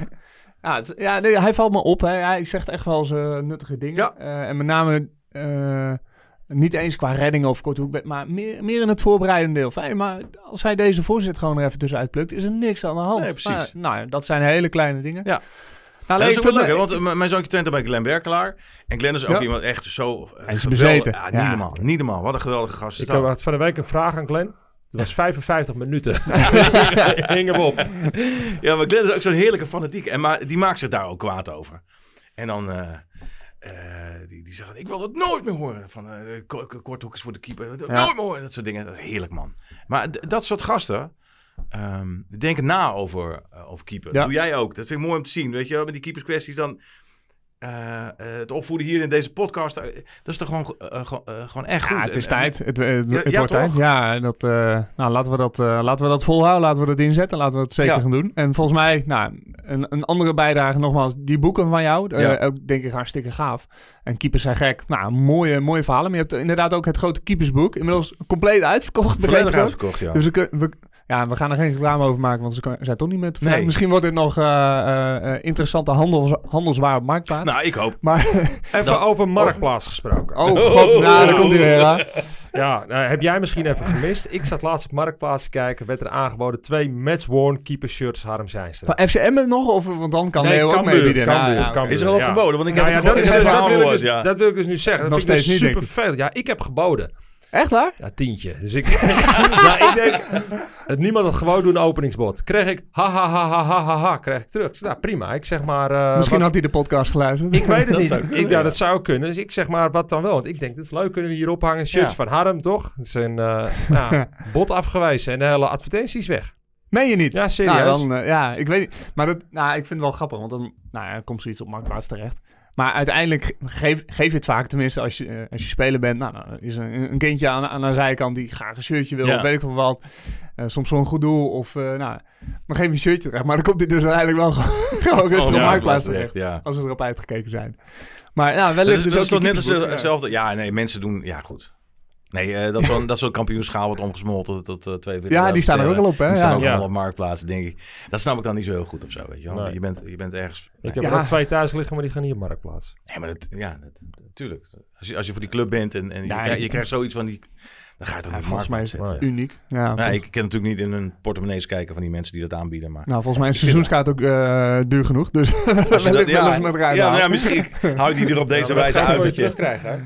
Hij valt me op. Hè. Hij zegt echt wel zijn nuttige dingen. Ja. En met name niet eens qua reddingen of korthoek, maar meer in het voorbereidende deel. Hey, maar als hij deze voorzet gewoon er even tussenuit plukt, is er niks aan de hand. Nee, precies. Maar, dat zijn hele kleine dingen. Ja. Nou, dat is ook wel leuk, hè, want mijn zoontje traint bij Glenn Berkelaar. En Glenn is ook iemand echt zo... Hij is bezeten. Ja, niet normaal. Wat een geweldige gast. Ik had van de week een vraag aan Glenn. Het was 55 minuten. Hing hem op. Ja, maar Glenn is ook zo'n heerlijke fanatiek. Maar die maakt zich daar ook kwaad over. En dan... die zegt, ik wil dat nooit meer horen. Van korthoekjes voor de keeper. Nooit meer horen. Dat soort dingen. Dat is heerlijk, man. Maar dat soort gasten... denken na over keeper. Ja. Doe jij ook. Dat vind ik mooi om te zien. Weet je wel, met die keeperskwesties dan... het opvoeden hier in deze podcast... dat is toch gewoon echt goed. Ja, het is tijd. Het wordt toch? tijd. Ja, laten we dat volhouden. Laten we dat inzetten. Laten we het zeker gaan doen. En volgens mij, een andere bijdrage nogmaals. Die boeken van jou. Ook denk ik hartstikke gaaf. En keepers zijn gek. Nou, mooie verhalen. Maar je hebt inderdaad ook het grote keepersboek. Inmiddels compleet uitverkocht. Volledig uitverkocht, ja. Dus we gaan er geen reclame over maken, want ze zijn toch niet meer te vinden. Nee. Misschien wordt dit nog interessante handelswaar op Marktplaats. Nou, ik hoop. Maar Even over Marktplaats gesproken. oh god, daar komt hij weer aan. Ja, heb jij misschien even gemist. Ik zat laatst op Marktplaats te kijken. Werd er aangeboden 2 match-worn keepershirts Harm Zijnstra. Van FCM nog? Of, want dan kan Leo ook meebieden. Cambuur. Is er al op verboden? Want ik heb dat wil ik dus nu zeggen. Dat Nog vind ik steeds niet, super vervelend. Ja, ik heb geboden. Echt waar? Ja, tientje. Dus ik... ik denk... Niemand had gewoon doen een openingsbod. Kreeg ik ha. Kreeg ik terug. Nou, prima. Ik zeg maar... Misschien had hij de podcast geluisterd. Ik weet het niet. Dat zou kunnen. Dus ik zeg maar, wat dan wel? Want ik denk, dit is leuk. Kunnen we hier ophangen? Shirts van Harm, toch? Het is een bod afgewezen. En de hele advertentie is weg. Meen je niet? Ja, serieus. Nou, dan, ik weet niet. Maar ik vind het wel grappig. Want dan komt zoiets op Marktplaats terecht. Maar uiteindelijk geef je het vaak, tenminste als je speler bent. Nou, is een kindje aan de zijkant die graag een shirtje wil. Of weet ik wel wat. Soms voor een goed doel. Of dan geef je een shirtje terecht. Maar dan komt hij dus uiteindelijk wel gewoon rustig op Marktplaats terecht. Ja. Als we erop uitgekeken zijn. Maar wellicht dat is toch net hetzelfde. Ja, nee, mensen doen... Ja, goed. Nee, dat zo'n kampioenschaal wordt omgesmolten tot 42. Ja, die staan er ook al op, hè? Die staan ook allemaal op Marktplaatsen, denk ik. Dat snap ik dan niet zo heel goed of zo, weet je wel. Nee. Je bent ergens... Ik heb er ook 2 thuis liggen, maar die gaan niet op Marktplaats. Nee, maar natuurlijk. Als je voor die club bent en je krijgt zoiets van die... Dan ga je toch niet op Marktplaats zetten. Volgens mij is het uniek. Ja, ik kan natuurlijk niet in hun portemonnees kijken van die mensen die dat aanbieden. Maar nou, volgens mij is seizoenskaart ook duur genoeg. Dus misschien hou je die er op deze wijze uit. Dat je terugkrijgt, hè?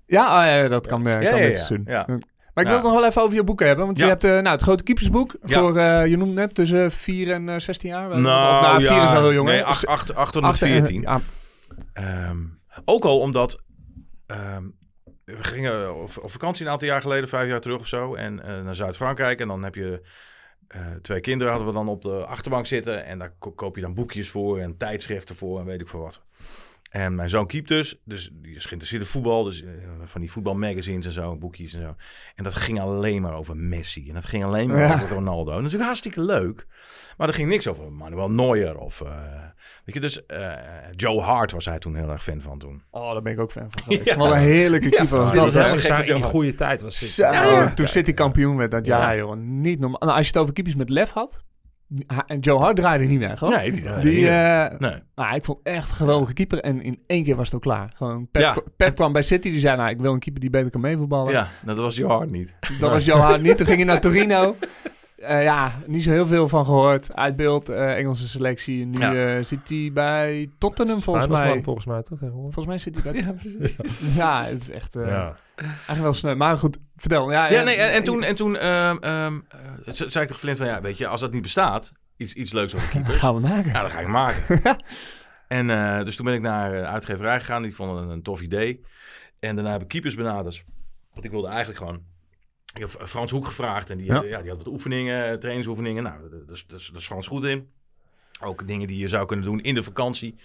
Ja, dat kan dit seizoen. Ja. Maar ik wil het nog wel even over je boeken hebben. Want je hebt het grote keepersboek. Ja. Voor, je noemt net tussen 4 en 16 jaar. Nou, 4 is wel heel jong. Nee, 814. Ja. Ook al omdat... we gingen op vakantie een aantal jaar geleden, 5 jaar terug of zo. En naar Zuid-Frankrijk. En dan heb je 2 kinderen hadden we dan op de achterbank zitten. En daar koop je dan boekjes voor en tijdschriften voor en weet ik veel wat. En mijn zoon keept dus die is geïnteresseerd in voetbal. Dus van die voetbalmagazines en zo, boekjes en zo. En dat ging alleen maar over Messi. En dat ging alleen maar over Ronaldo. Dat is natuurlijk hartstikke leuk. Maar er ging niks over Manuel Neuer of... weet je, dus Joe Hart was hij toen heel erg fan van toen. Oh, daar ben ik ook fan van geweest. Wat een heerlijke keeper was Dat dat. was in die goede tijd. Was Toen City kampioen werd dat jaar, joh. Niet normaal. Nou, als je het over keepers met lef had... En Joe Hart draaide niet weg, hoor. Nee, die nee. Nou, ik vond echt een geweldige keeper. En in 1 keer was het ook klaar. Gewoon Pep kwam bij City. Die zei, ik wil een keeper die beter kan meevoetballen. Ja, dat was Joe Hart niet. Dat was Joe Hart niet. Toen ging hij naar Torino. Niet zo heel veel van gehoord. Uitbeeld, Engelse selectie. Nu zit hij bij Tottenham, volgens mij. Volgens mij toch tegenwoordig. Volgens mij zit hij bij... Ja, het is echt... Eigenlijk wel snel. Maar goed, vertel. En toen zei ik toch Flint van, weet je, als dat niet bestaat, iets leuks over keepers. Gaan we maken. Ja, dat ga ik maken. En dus toen ben ik naar uitgeverij gegaan. Die vonden het een tof idee. En daarna heb ik keepers benaderd. Want ik wilde eigenlijk gewoon... Ik heb Frans Hoek gevraagd en die had wat oefeningen, trainingsoefeningen. Nou, dat is Frans goed in. Ook dingen die je zou kunnen doen in de vakantie.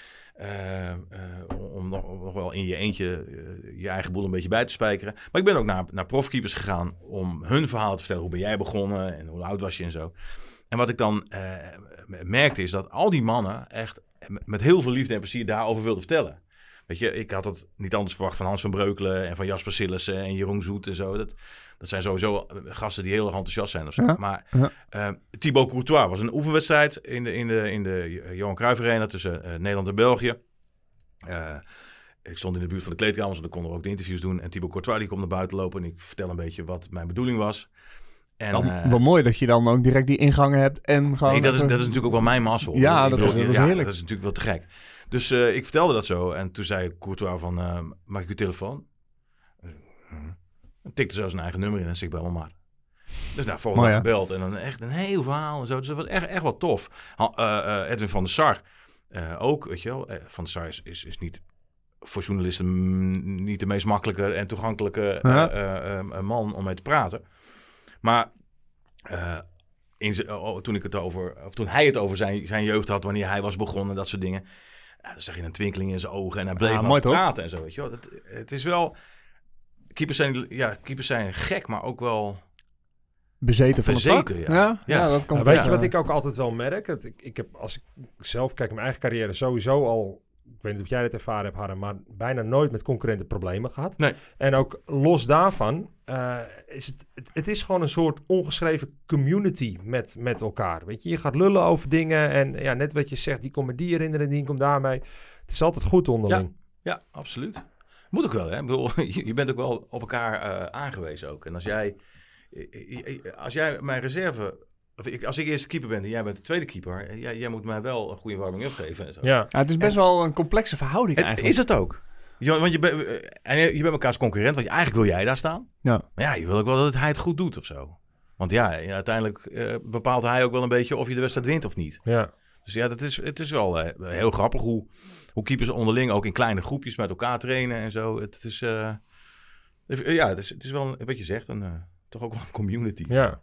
Om nog wel in je eentje je eigen boel een beetje bij te spijkeren. Maar ik ben ook naar profkeepers gegaan om hun verhaal te vertellen. Hoe ben jij begonnen en hoe oud was je en zo. En wat ik dan merkte is dat al die mannen echt met heel veel liefde en plezier daarover wilden vertellen. Weet je, ik had het niet anders verwacht van Hans van Breukelen en van Jasper Sillissen en Jeroen Zoet en zo. Dat zijn sowieso gasten die heel erg enthousiast zijn of zo. Ja. Maar Thibaut Courtois was een oefenwedstrijd in de Johan Cruijff Arena tussen Nederland en België. Ik stond in de buurt van de kleedkamers, want dan konden we ook de interviews doen. En Thibaut Courtois die komt naar buiten lopen en ik vertel een beetje wat mijn bedoeling was. En, wel mooi dat je dan ook direct die ingangen hebt en gewoon... Nee, dat is natuurlijk ook wel mijn mazzel. Ja, dat is heerlijk. Dat is natuurlijk wel te gek. Dus ik vertelde dat zo en toen zei Courtois van, mag ik uw telefoon? En tikte zo zijn eigen nummer in en zei ik, bel maar. Dus volgende dag gebeld en dan echt een heel verhaal en zo. Dus dat was echt wel tof. Edwin van der Sar ook, weet je wel. Van der Sar is niet voor journalisten niet de meest makkelijke en toegankelijke man om mee te praten. Maar toen hij het over zijn jeugd had, wanneer hij was begonnen, dat soort dingen. Dan zag je een twinkeling in zijn ogen en hij bleef maar praten en zo, weet je wel. Het is wel... Keepers zijn gek, maar ook wel... Bezeten van het vak. Ja, dat komt. Weet je wat ik ook altijd wel merk? Ik heb, als ik zelf kijk in mijn eigen carrière, sowieso al... Ik weet niet of jij dit ervaren hebt, Harm, maar bijna nooit met concurrenten problemen gehad. Nee. En ook los daarvan is het is gewoon een soort ongeschreven community met elkaar. Weet je, je gaat lullen over dingen en net wat je zegt, die komt met die herinneren, die komt daarmee. Het is altijd goed onderling. Ja, absoluut. Moet ook wel, hè? Ik bedoel, je bent ook wel op elkaar aangewezen ook. En als jij mijn reserve... Als ik eerste keeper ben en jij bent de tweede keeper... Jij moet mij wel een goede warming-up geven. En zo. Ja, het is best wel een complexe verhouding eigenlijk. Is het ook. Want je bent elkaars concurrent, want eigenlijk wil jij daar staan. Ja. Maar je wil ook wel dat hij het goed doet of zo. Want uiteindelijk bepaalt hij ook wel een beetje of je de wedstrijd wint of niet. Ja. Dus het is wel heel grappig hoe keepers onderling ook in kleine groepjes met elkaar trainen en zo. Het is wel wat je zegt, toch ook wel een community. Ja.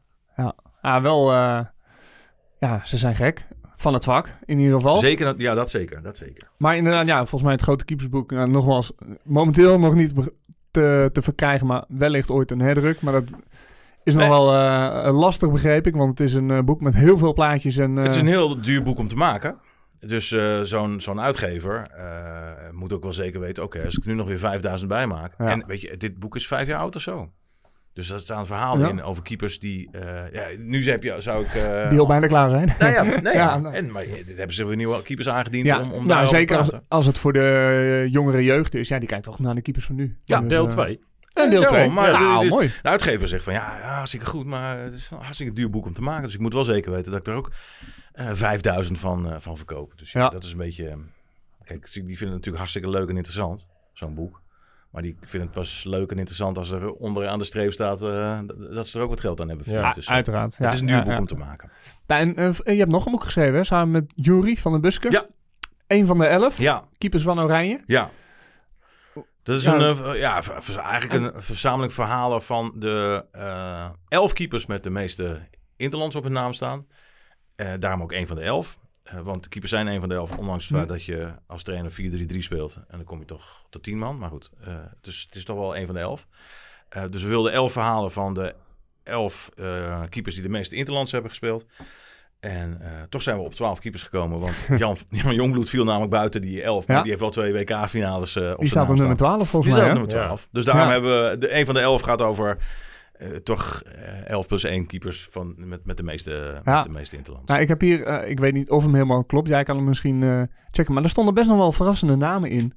Ze zijn gek van het vak in ieder geval. Zeker, dat zeker. Maar inderdaad, volgens mij het grote keepersboek, nogmaals, momenteel nog niet te verkrijgen, maar wellicht ooit een herdruk. Maar dat is nog wel lastig, begreep ik, want het is een boek met heel veel plaatjes. Het is een heel duur boek om te maken. Dus zo'n uitgever moet ook wel zeker weten, oké, als ik nu nog weer 5000 bij maak. Ja. En weet je, dit boek is 5 jaar oud of zo. Dus er staan verhalen in over keepers die... nu zou ik... die al bijna klaar zijn. Maar dit hebben ze weer nieuwe keepers aangediend om daar zeker als het voor de jongere jeugd is. Ja, die kijkt toch naar de keepers van nu. Ja, deel 2. En deel 2. Maar mooi. De uitgever zegt van hartstikke goed, maar het is een hartstikke duur boek om te maken. Dus ik moet wel zeker weten dat ik er ook 5000 van verkoop. Dus dat is een beetje... Kijk, die vinden het natuurlijk hartstikke leuk en interessant, zo'n boek. Maar die vinden het pas leuk en interessant als er onderaan de streep staat dat ze er ook wat geld aan hebben verdiend. Ja, Dus, uiteraard. het is een duur boek om te maken. Nou, en je hebt nog een boek geschreven, hè? Samen met Jury van den Busker. Ja. 1 van de 11. Ja, Keepers van Oranje. ja. Dat is eigenlijk een verzameling verhalen van de 11 keepers met de meeste interlands op hun naam staan. Daarom ook 1 van de 11. Want de keepers zijn 1 van de 11, ondanks het feit dat je als trainer 4-3-3 speelt. En dan kom je toch tot 10 man. Maar goed, dus het is toch wel 1 van de 11. Dus we wilden 11 verhalen van de 11 keepers die de meeste interlands hebben gespeeld. En toch zijn we op 12 keepers gekomen. Want Jan Jongbloed viel namelijk buiten die 11. Maar die heeft wel 2 WK-finales op zijn naam Die staat op nummer 12 volgens mij. Die staat op nummer 12. Dus daarom hebben we... Een van de 11 gaat over... toch 11 plus 1 keepers met de meeste interlands. Nou, ik heb hier, ik weet niet of hem helemaal klopt. Jij kan hem misschien checken. Maar er stonden best nog wel verrassende namen in.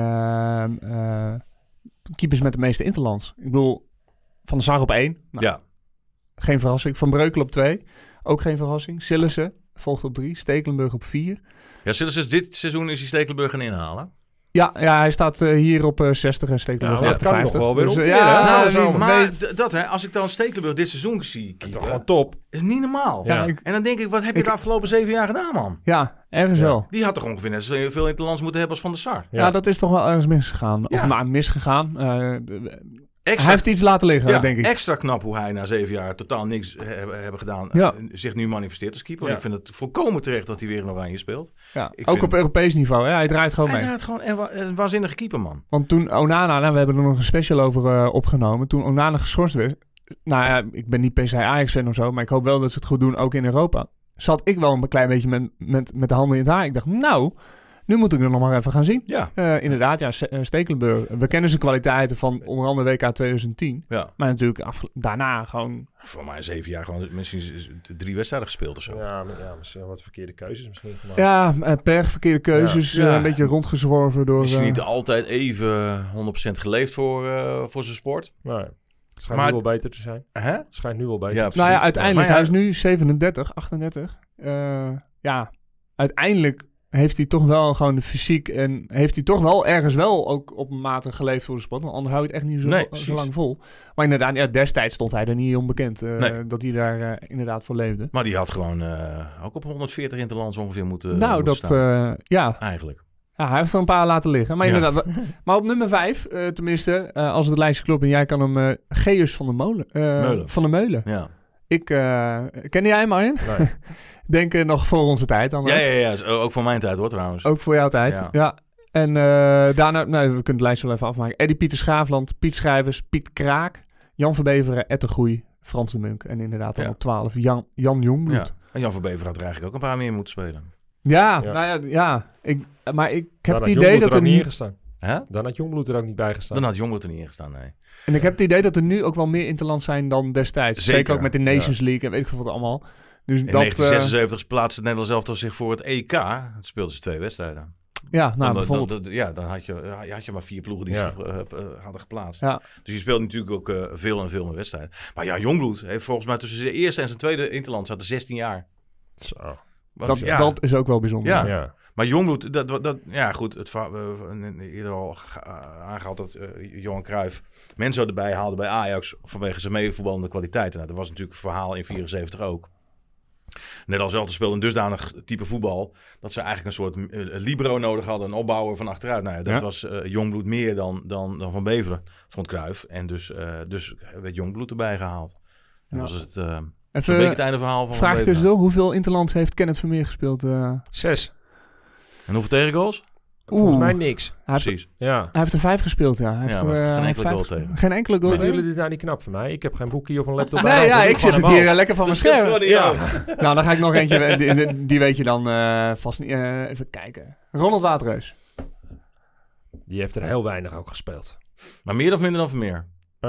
Keepers met de meeste interlands. Ik bedoel, Van der Sar op 1. Nou, ja. Geen verrassing. Van Breukelen op 2. Ook geen verrassing. Sillissen volgt op 3. Stekelenburg op 4. Ja, Sillissen dit seizoen is hij Stekelenburg gaan inhalen. Ja, hij staat hier op 60 en Stekelenburg op 58. Dat kan nog wel weer Als ik dan Stekelenburg dit seizoen zie... Toch gewoon top. Is niet normaal. Ja. En dan denk ik, wat heb je de afgelopen 7 jaar gedaan, man? Ja, ergens wel. Die had toch ongeveer net zoveel interlands moeten hebben als Van der Sar. Ja, dat is toch wel ergens misgegaan. Ja. Of maar misgegaan. Hij heeft iets laten liggen, denk ik. Extra knap hoe hij na 7 jaar totaal niks hebben gedaan. Zich nu manifesteert als keeper. Ja. Ik vind het volkomen terecht dat hij weer in Oranje speelt. Ja. Ook op Europees niveau. Hè? Hij draait gewoon mee. Hij draait gewoon een waanzinnige keeper, man. Want toen Onana, we hebben er nog een special over opgenomen. Toen Onana geschorst werd. Nou ja, ik ben niet per se Ajax-fan of zo. Maar ik hoop wel dat ze het goed doen, ook in Europa. Zat ik wel een klein beetje met de handen in het haar. Ik dacht, nou... Nu moet ik er nog maar even gaan zien. Ja. Inderdaad, Stekelenburg. We kennen zijn kwaliteiten van onder andere WK 2010. Ja. Maar natuurlijk daarna gewoon... Voor mij 7 jaar gewoon misschien 3 wedstrijden gespeeld of zo. Ja, misschien wat verkeerde keuzes misschien gemaakt. Ja, verkeerde keuzes. Ja. een beetje rondgezworven door... Is hij niet altijd even 100% geleefd voor zijn sport? Nee. Schijnt nu wel beter te zijn. Schijnt nu wel beter te zijn. Nou ja, uiteindelijk. Hij is nu 37, 38. Uiteindelijk... heeft hij toch wel gewoon de fysiek en heeft hij toch wel ergens wel ook op een mate geleefd voor de sport. Want anders hou je het echt niet zo lang vol. Maar inderdaad, destijds stond hij er niet onbekend dat hij daar inderdaad voor leefde. Maar die had gewoon ook op 140 interlands ongeveer moeten staan. Eigenlijk. Ja, hij heeft er een paar laten liggen. Maar inderdaad, maar op nummer 5, tenminste, als het lijstje klopt en jij kan hem Geus van de Meulen. Ja. Ken jij hem, Arjen? Nee. Denk nog voor onze tijd. Dan ja. Ook voor mijn tijd hoor trouwens. Ook voor jouw tijd, ja. En daarna, we kunnen het lijstje wel even afmaken. Eddie Pieter Schaafland, Piet Schrijvers, Piet Kraak, Jan Verbeveren, Ed de Groei, Frans de Munk. En inderdaad dan op 12, Jan Jongbloed. Ja. En Jan Verbeveren had er eigenlijk ook een paar meer moeten spelen. Maar ik heb het idee dat er niet ingestaan. Huh? Dan had Jongbloed er ook niet bij gestaan. Dan had Jongbloed er niet ingestaan, nee. En ik heb het idee dat er nu ook wel meer interlands zijn dan destijds. Zeker ook met de Nations League en weet ik veel wat allemaal. Dus in 1976 plaatste Nederland zelf toch zich voor het EK. Het speelde ze 2 wedstrijden. Ja, bijvoorbeeld. Dan had je maar 4 ploegen die zich hadden geplaatst. Ja. Dus je speelt natuurlijk ook veel en veel meer wedstrijden. Maar ja, Jongbloed heeft volgens mij tussen zijn eerste en zijn tweede interland zaten 16 jaar. Zo. Dat is ook wel bijzonder. Ja. Maar Jongbloed, goed. Eerder al aangehaald dat Johan Cruijff Menzo erbij haalde bij Ajax vanwege zijn meevoetballende kwaliteiten. Nou, dat was natuurlijk een verhaal in 74 ook. Net als Elten speelde een dusdanig type voetbal dat ze eigenlijk een soort libero nodig hadden, een opbouwer van achteruit. Nou, dat was Jongbloed meer dan Van Beveren, vond Cruijff. En dus werd Jongbloed erbij gehaald. En was het zo'n beetje het einde verhaal van vraag tussendoor, hoeveel interlands heeft Kenneth Vermeer gespeeld? 6. En hoeveel tegengoals? Volgens mij niks. Precies. Hij heeft er 5 gespeeld, ja. Hij heeft geen enkele goal tegen. Geen enkele goal. Vinden jullie dit nou niet knap voor mij? Ik heb geen boekje of een laptop. Ik zet het hier lekker van mijn scherm. Nou, dan ga ik nog eentje, die weet je dan vast niet. Even kijken. Ronald Waterreus. Die heeft er heel weinig ook gespeeld. Maar meer of minder dan Vermeer?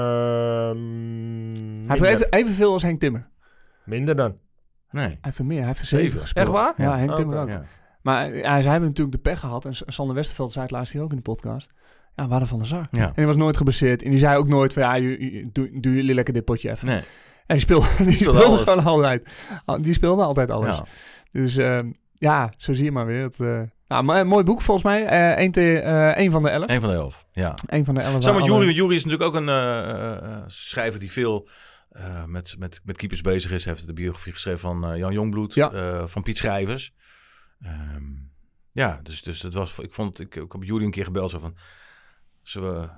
Hij heeft er evenveel als Henk Timmer. Minder dan? Nee. Hij heeft er meer. Hij heeft er 7 gespeeld. Echt waar? Ja, Henk Timmer ook. Ja. Maar ze hebben natuurlijk de pech gehad. En Sander Westerveld zei het laatst hier ook in de podcast. Ja, we hadden Van der Sar. Ja. En hij was nooit geblesseerd. En die zei ook nooit van doe jullie lekker dit potje even. Nee. En die speelde alles. gewoon altijd. Die speelde altijd alles. Ja. Dus zo zie je maar weer. Nou, mooi boek volgens mij. 1 van de 11. 1 van de 11, ja. 1 van de 11. Samen met Juri is natuurlijk ook een schrijver die veel met keepers bezig is. Hij heeft de biografie geschreven van Jan Jongbloed, van Piet Schrijvers. Dus het was. Ik heb Juri een keer gebeld zo van, zullen we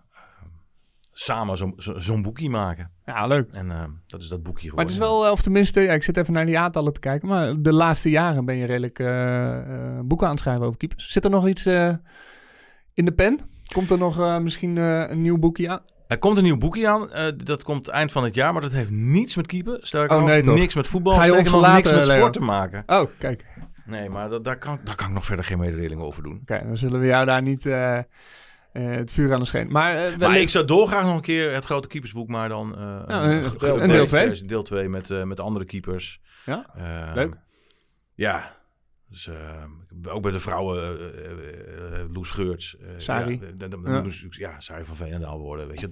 samen zo'n boekje maken? Ja, leuk. En dat is dat boekje geworden. Maar het is wel, of tenminste, ik zit even naar die aantallen te kijken, maar de laatste jaren ben je redelijk boeken aan het schrijven over keepers. Zit er nog iets in de pen? Komt er nog misschien een nieuw boekje aan? Er komt een nieuw boekje aan. Dat komt eind van het jaar, maar dat heeft niets met keeper. Sterker nog, toch? niks met voetbal. Ga je ons nog niks met Leo? sport te maken. Oh, kijk. Nee, maar daar kan ik nog verder geen mededeling over doen. Oké, dan zullen we jou daar niet het vuur aan de scheen. Maar ik zou dolgraag nog een keer het grote keepersboek, maar dan een deel 2. Deel 2 met andere keepers. Ja, leuk. Ja, dus ook bij de vrouwen, Loes Geurts. Sari. Sari van Veenendaal worden. Weet je,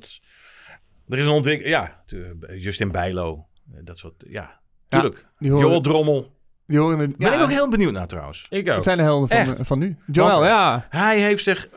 er is een ontwikkeling. Ja, Justin Bijlo. Dat soort, tuurlijk. Joel Drommel. Die horen ben ik ook heel benieuwd naar trouwens. Ik ook. Het zijn de helden van nu. Joel, ja. Hij heeft zich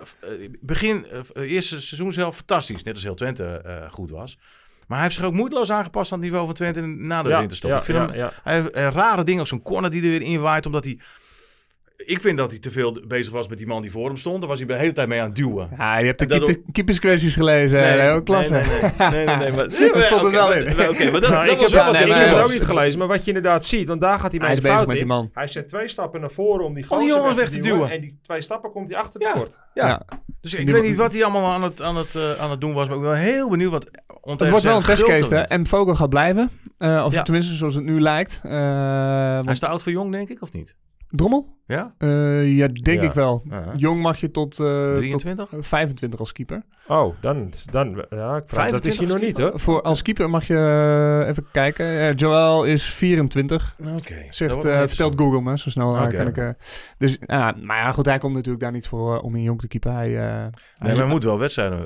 eerste seizoen zelf fantastisch, net als heel Twente goed was. Maar hij heeft zich ook moeiteloos aangepast aan het niveau van Twente na de winterstop. Ik vind hem, hij heeft rare dingen, ook zo'n corner die er weer inwaait, omdat hij... Ik vind dat hij te veel bezig was met die man die voor hem stond. Daar was hij de hele tijd mee aan het duwen. Ja, je hebt de keeperskwesties gelezen. Heel klasse. Nee. Maar, daar stond het wel in. Ik heb het ook niet gelezen. Maar wat je inderdaad ziet, want daar gaat hij mee bezig met die man. Hij zet 2 stappen naar voren om die jongens weg te duwen. En die 2 stappen komt hij achter de kort. Ja. Dus ik weet niet wat hij allemaal aan het doen was. Maar ik ben wel heel benieuwd wat... Het wordt wel een testcase, hè. En Fogo gaat blijven. Of tenminste, zoals het nu lijkt. Hij is te oud voor Jong, denk ik, of niet? Drommel? Ja? Denk ik wel. Jong mag je tot 23? Tot 25 als keeper. Oh, dan dat is hij nog niet, hoor. Als keeper mag je even kijken. Joel is 24. Oké. Vertelt Google me, zo snel kan ik... maar ja, goed, hij komt natuurlijk daar niet voor om in Jong te keeper. Hij moet wel wedstrijden.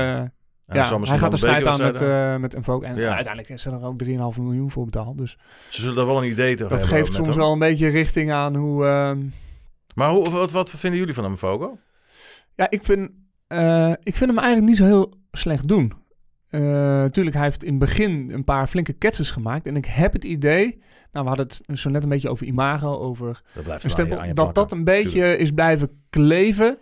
Hij gaat de strijd aan met Invoke. En uiteindelijk zijn er ook 3,5 miljoen voor betaald. Dus ze zullen daar wel een idee tegen hebben. Dat geeft soms wel een beetje richting aan hoe... Maar wat vinden jullie van hem, Fogo? Ja, ik vind hem eigenlijk niet zo heel slecht doen. Tuurlijk, hij heeft in het begin een paar flinke ketsers gemaakt. En ik heb het idee... Nou, we hadden het zo net een beetje over imago, over dat blijft een stempel. Dat een beetje is blijven kleven.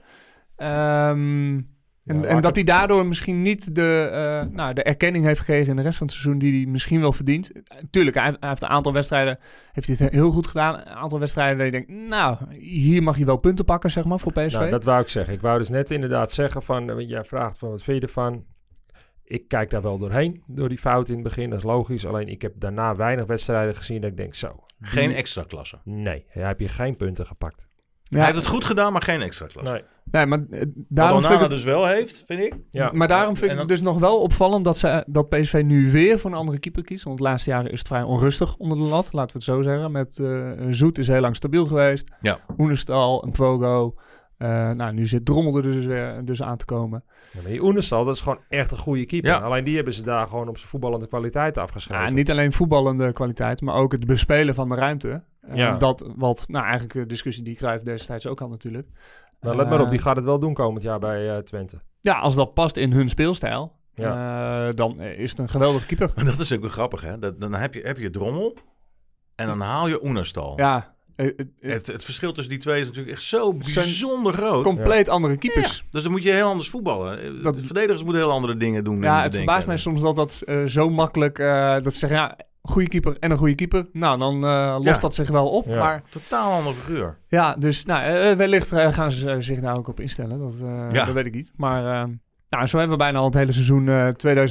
En dat hij daardoor misschien niet de erkenning heeft gekregen in de rest van het seizoen die hij misschien wel verdient. Tuurlijk, hij heeft een aantal wedstrijden heeft hij het heel goed gedaan. Een aantal wedstrijden dat je denkt, nou, hier mag je wel punten pakken, zeg maar, voor PSV. Nou, dat wou ik zeggen. Ik wou dus net inderdaad zeggen van, jij vraagt van, wat vind je ervan? Ik kijk daar wel doorheen, door die fout in het begin. Dat is logisch. Alleen ik heb daarna weinig wedstrijden gezien dat ik denk, zo. Geen extra klasse? Nee, daar heb je geen punten gepakt. Ja. Hij heeft het goed gedaan, maar geen extra klasse. Nee, maar daarom wat Onana dus wel heeft, vind ik. Ja. Maar daarom vind ik het dus nog wel opvallend dat PSV nu weer voor een andere keeper kiest. Want de laatste jaren is het vrij onrustig onder de lat, laten we het zo zeggen. Met Zoet is heel lang stabiel geweest. Ja. Oenestal, en Fogo. Nu zit Drommel er dus aan te komen. Ja, maar die Oenestal, dat is gewoon echt een goede keeper. Ja. Alleen die hebben ze daar gewoon op zijn voetballende kwaliteit afgeschreven. Ja, niet alleen voetballende kwaliteit, maar ook het bespelen van de ruimte. Dat wat, eigenlijk de discussie die Cruijff destijds ook had natuurlijk. Nou, let maar op, die gaat het wel doen komend jaar bij Twente. Ja, als dat past in hun speelstijl, dan is het een geweldige keeper. Dat is ook wel grappig, hè? Dan heb je Drommel en dan haal je Oenestal. Ja. Het verschil tussen die twee is natuurlijk echt zo bijzonder groot. Compleet andere keepers. Ja. Dus dan moet je heel anders voetballen. De verdedigers moeten heel andere dingen doen. Ja, het verbaast mij soms dat zo makkelijk... dat ze zeggen, goede keeper en een goede keeper. Nou, dan lost dat zich wel op. Ja. Maar totaal ander figuur. Ja, dus wellicht gaan ze zich daar ook op instellen. Dat weet ik niet. Maar... zo hebben we bijna al het hele seizoen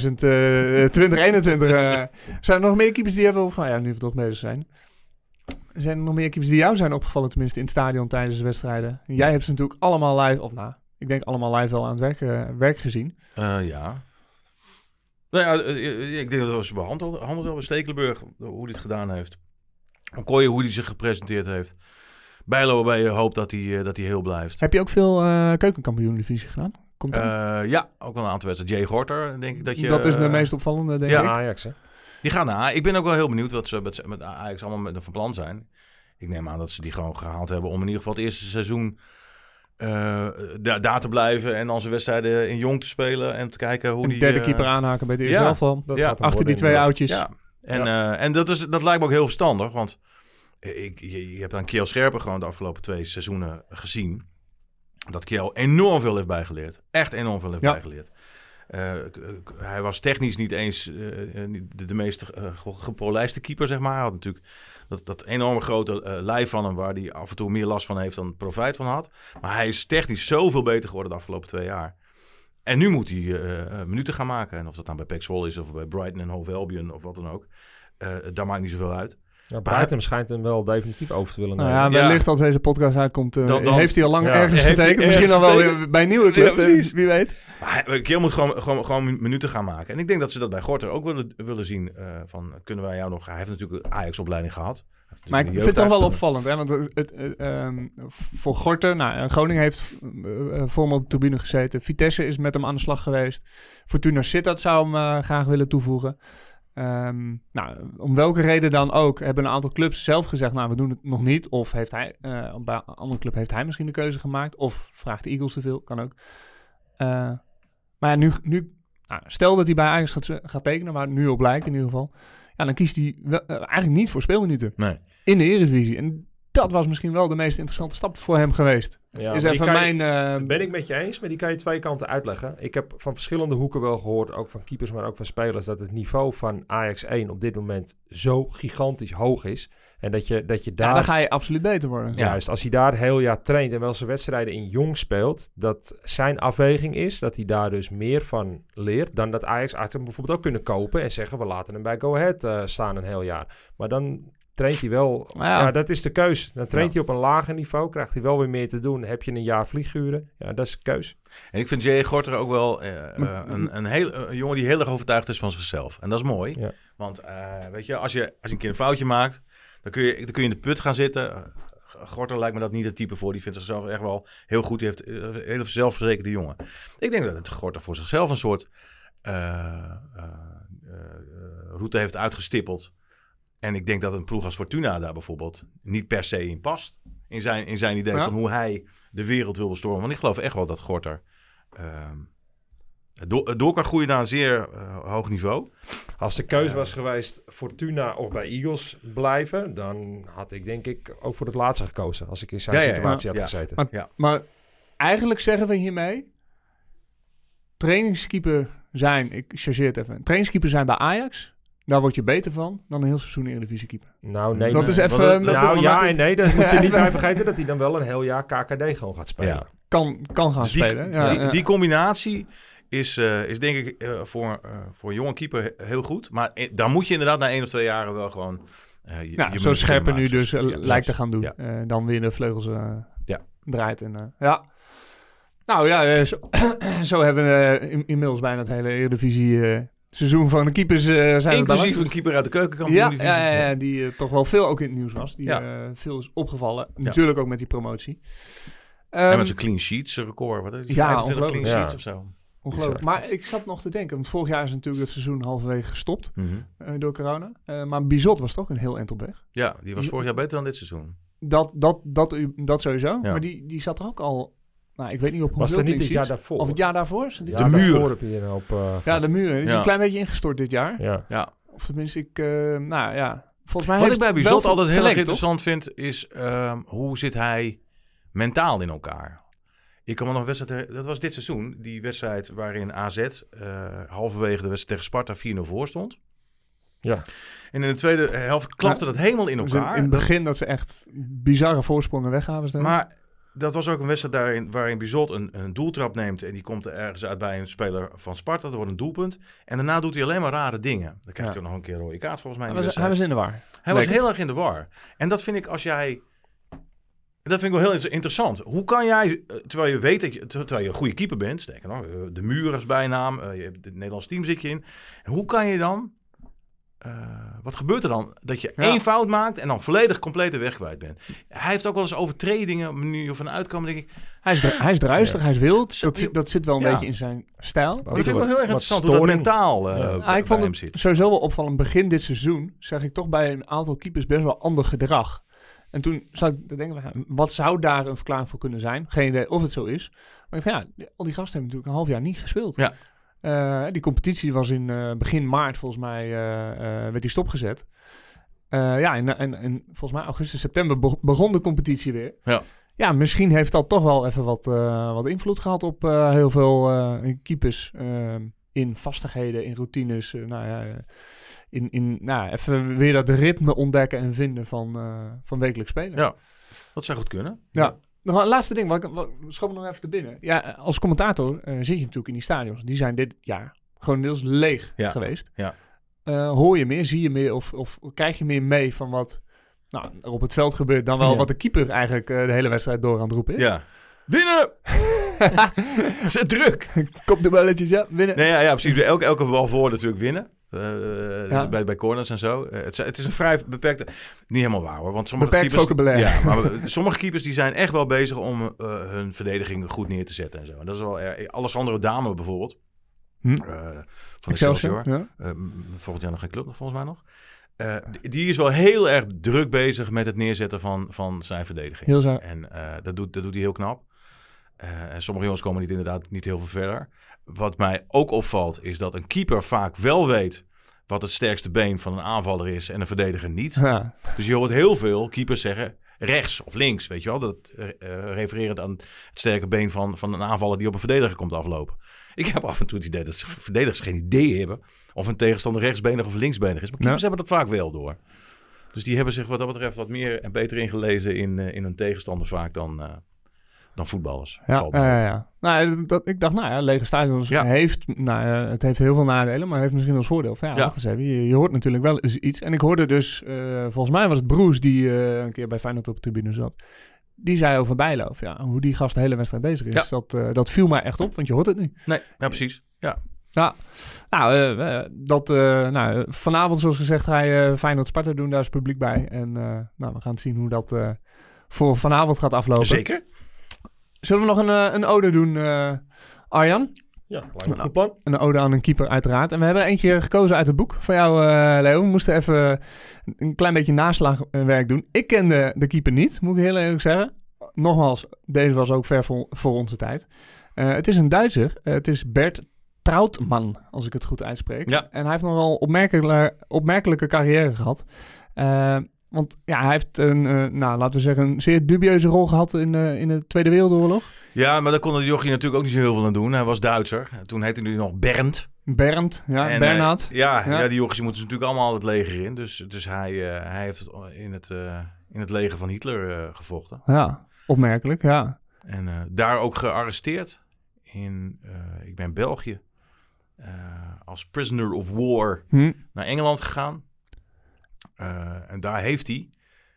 2021. Zijn er nog meer keepers die hebben... nu we toch bezig zijn. Zijn er nog meer keepers die jou zijn opgevallen, tenminste in het stadion tijdens de wedstrijden? Jij hebt ze natuurlijk allemaal live, ik denk allemaal live wel aan het werk gezien. Ja. Nou ja, ik denk dat we behandeld bij Stekelenburg, hoe hij het gedaan heeft. Okoye, hoe hij zich gepresenteerd heeft. Bijlo, waarbij je hoopt dat hij heel blijft. Heb je ook veel keukenkampioen-divisie gedaan? Ja, ook wel een aantal wedstrijden. Jay Gorter, denk ik dat je... Dat is de meest opvallende, denk ik. Ajax, hè? Die gaan naar. Ik ben ook wel heel benieuwd wat ze met Ajax allemaal van plan zijn. ik neem aan dat ze die gewoon gehaald hebben om in ieder geval het eerste seizoen daar te blijven en dan zijn wedstrijden in Jong te spelen en te kijken hoe die... derde keeper aanhaken bij het eerste elftal. Achter die 2 oudjes. Ja. En dat lijkt me ook heel verstandig, want je hebt aan Kjell Scherpen gewoon de afgelopen 2 seizoenen gezien dat Kjell enorm veel heeft bijgeleerd. Echt enorm veel heeft bijgeleerd. Hij was technisch niet eens de meest gepolijste keeper, zeg maar. Hij had natuurlijk dat enorme grote lijf van hem, waar hij af en toe meer last van heeft dan profijt van had. Maar hij is technisch zoveel beter geworden de afgelopen 2 jaar. En nu moet hij minuten gaan maken. En of dat dan bij PEC Zwolle is of bij Brighton en Hove Albion of wat dan ook. Daar maakt niet zoveel uit. Ja, Brighton schijnt hem wel definitief over te willen nemen. Wellicht als deze podcast uitkomt, heeft hij al lang ergens getekend. Misschien al wel weer bij een nieuwe club, wie weet. Maar Kjell moet gewoon minuten gaan maken. En ik denk dat ze dat bij Gorter ook willen zien. Van, kunnen wij jou nog... Hij heeft natuurlijk een Ajax-opleiding gehad. Maar ik vind het toch wel opvallend. Hè? Want voor Gorter... Groningen heeft voor hem op de tribune gezeten. Vitesse is met hem aan de slag geweest. Fortuna Sittard zou hem graag willen toevoegen. Om welke reden dan ook hebben een aantal clubs zelf gezegd, we doen het nog niet. Of heeft hij, bij een andere club heeft hij misschien de keuze gemaakt. Of vraagt de Eagles te veel, kan ook. Maar ja, nu stel dat hij bij Ajax gaat tekenen, waar het nu op lijkt in ieder geval. Ja, dan kiest hij eigenlijk niet voor speelminuten in de Eredivisie. En dat was misschien wel de meest interessante stap voor hem geweest. Ja, is even ben ik met je eens, maar die kan je 2 kanten uitleggen. Ik heb van verschillende hoeken wel gehoord, ook van keepers, maar ook van spelers, dat het niveau van Ajax 1 op dit moment zo gigantisch hoog is. En dat je daar... Ja, dan ga je absoluut beter worden. Juist, als hij daar het hele jaar traint en wel zijn wedstrijden in Jong speelt, dat zijn afweging is dat hij daar dus meer van leert dan dat Ajax hem bijvoorbeeld ook kunnen kopen en zeggen, we laten hem bij Go Ahead staan een heel jaar. Maar dan traint hij wel... Ja, dat is de keus. Dan traint hij op een lager niveau, krijgt hij wel weer meer te doen. Heb je een jaar vlieguren? Ja, dat is de keus. En ik vind J.J. Gorter ook wel een jongen die heel erg overtuigd is van zichzelf. En dat is mooi. Ja. Want weet je, als je een keer een foutje maakt, dan kun je in de put gaan zitten. Gorter lijkt me dat niet het type voor. Die vindt zichzelf echt wel heel goed. Die heeft een hele zelfverzekerde jongen. Ik denk dat het Gorter voor zichzelf een soort route heeft uitgestippeld. En ik denk dat een ploeg als Fortuna daar bijvoorbeeld niet per se in past. In zijn idee van hoe hij de wereld wil bestormen. Want ik geloof echt wel dat Gorter door kan groeien naar een zeer hoog niveau. Als de keuze was geweest Fortuna of bij Eagles blijven, dan had ik denk ik ook voor het laatste gekozen. Als ik in zijn situatie had gezeten. Maar eigenlijk zeggen we hiermee, trainingskeeper zijn, ik chargeer het even, trainingskeeper zijn bij Ajax, daar word je beter van dan een heel seizoen Eredivisie keeper. Nou, nee. Dat is even... Dat moet je niet bij vergeten dat hij dan wel een heel jaar KKD gewoon gaat spelen. Ja. Kan gaan spelen. Die combinatie is denk ik voor een jonge keeper heel goed. Maar dan moet je inderdaad na 1 of 2 jaren wel gewoon... zo Scherpen nu dus lijkt te gaan doen. Ja. Dan weer de vleugels draait. En, Nou ja, zo hebben we inmiddels bijna het hele Eredivisie... seizoen van de keepers zijn inclusief een keeper uit de keukenkampioen-divisie. Ja, die toch wel veel ook in het nieuws was. Die veel is opgevallen. Ja. Natuurlijk ook met die promotie. En met zijn clean sheets record. Wat is 25 clean sheets of zo. Ongelooflijk. Maar ik zat nog te denken, want vorig jaar is natuurlijk het seizoen halverwege gestopt door corona. Maar Bizot was toch een heel eind op weg. Ja, die was vorig jaar beter dan dit seizoen. Dat sowieso. Ja. Maar die zat er ook al... Nou, ik weet niet op hoeveel. Was er niet het jaar daarvoor? Of het jaar daarvoor? De muur. Heb je op, de muur. Die is een klein beetje ingestort dit jaar. Ja. Of tenminste, volgens mij wat ik bij Bizot altijd heel erg interessant vind, is hoe zit hij mentaal in elkaar? Ik kan me nog wedstrijd... Dat was dit seizoen. Die wedstrijd waarin AZ halverwege de wedstrijd tegen Sparta 4-0 voor stond. Ja. En in de tweede helft klapte dat helemaal in elkaar. Dus in het begin dat ze echt bizarre voorsprongen weggaven. Maar... Dat was ook een wedstrijd waarin Bizot een doeltrap neemt. En die komt er ergens uit bij een speler van Sparta. Er wordt een doelpunt. En daarna doet hij alleen maar rare dingen. Dan krijgt hij nog een keer een rode kaart volgens mij. Hij was in de war. Hij was heel erg in de war. En dat vind ik dat vind ik wel heel interessant. Hoe kan jij, terwijl je weet terwijl je een goede keeper bent. De Muur is bijnaam. Je hebt het Nederlands team zit je in. En hoe kan je dan... wat gebeurt er dan? Dat je 1 fout maakt en dan volledig compleet de weg kwijt bent. Hij heeft ook wel eens overtredingen nu of vanuit komen, denk ik. Hij is druistig, hij is wild. Dat zit wel een beetje in zijn stijl. Ik vind het wel heel erg interessant hoe dat mentaal ik vond het sowieso wel opvallend. Begin dit seizoen zag ik toch bij een aantal keepers best wel ander gedrag. En toen zat ik te denken, wat zou daar een verklaring voor kunnen zijn? Geen idee of het zo is. Maar ik dacht, al die gasten hebben natuurlijk een half jaar niet gespeeld. Ja. Die competitie was in begin maart, volgens mij, werd die stopgezet. En volgens mij augustus, september begon de competitie weer. Ja. Ja, misschien heeft dat toch wel even wat invloed gehad op heel veel keepers. In vastigheden, in routines. Even weer dat ritme ontdekken en vinden van wekelijks spelen. Ja, dat zou goed kunnen. Ja. Nog een laatste ding, schoot me nog even te binnen. Ja, als commentator zit je natuurlijk in die stadions. Die zijn dit jaar gewoon deels leeg geweest. Ja. Hoor je meer, zie je meer of krijg je meer mee van wat er op het veld gebeurt dan wel wat de keeper eigenlijk de hele wedstrijd door aan het roepen is? Ja. Winnen! Zet druk! Kop de balletjes, winnen. Nee, ja, precies. Elke bal voor natuurlijk winnen. Bij corners en zo. Het is een vrij beperkte... Niet helemaal waar hoor. Want sommige beperkt vocabulaire. Ja, maar sommige keepers die zijn echt wel bezig om hun verdediging goed neer te zetten en zo. En dat is wel... Alessandro Dame bijvoorbeeld. Van Excelsior. Volgend jaar nog geen club, volgens mij nog. Die is wel heel erg druk bezig met het neerzetten van zijn verdediging. Heel zo. En dat doet hij heel knap. En sommige jongens komen inderdaad niet heel veel verder. Wat mij ook opvalt is dat een keeper vaak wel weet wat het sterkste been van een aanvaller is en een verdediger niet. Ja. Dus je hoort heel veel keepers zeggen rechts of links, weet je wel. Dat refererend aan het sterke been van een aanvaller die op een verdediger komt aflopen. Ik heb af en toe het idee dat verdedigers geen idee hebben of een tegenstander rechtsbenig of linksbenig is. Maar keepers hebben dat vaak wel door. Dus die hebben zich wat dat betreft wat meer en beter ingelezen in hun tegenstander vaak dan voetballers. Ja. Ik dacht, lege stadions heeft... het heeft heel veel nadelen, maar heeft misschien wel als voordeel. Wacht eens even, je hoort natuurlijk wel eens iets. En ik hoorde dus, volgens mij was het Broes die een keer bij Feyenoord op de tribune zat. Die zei over Bijlo, hoe die gast de hele wedstrijd bezig is. Ja. Dat viel mij echt op, want je hoort het nu. Nee, precies. Ja. Vanavond, zoals gezegd, ga je Feyenoord-Sparta doen. Daar is publiek bij. En we gaan zien hoe dat voor vanavond gaat aflopen. Zeker. Zullen we nog een ode doen, Arjan? Ja, lijkt me een goed plan. Een ode aan een keeper, uiteraard. En we hebben eentje gekozen uit het boek van jou, Leo. We moesten even een klein beetje naslagwerk doen. Ik kende de keeper niet, moet ik heel eerlijk zeggen. Nogmaals, deze was ook ver voor onze tijd. Het is een Duitser. Het is Bert Trautmann, als ik het goed uitspreek. Ja. En hij heeft nogal opmerkelijke carrière gehad. Want hij heeft laten we zeggen, een zeer dubieuze rol gehad in de Tweede Wereldoorlog. Ja, maar daar kon de jochie natuurlijk ook niet zo heel veel aan doen. Hij was Duitser. Toen heette hij nog Bernd. Bernhard. Die jochies moeten natuurlijk allemaal het leger in. Dus hij heeft in het leger van Hitler gevochten. Ja, opmerkelijk, ja. En daar ook gearresteerd ik ben België. Als prisoner of war naar Engeland gegaan. En daar heeft hij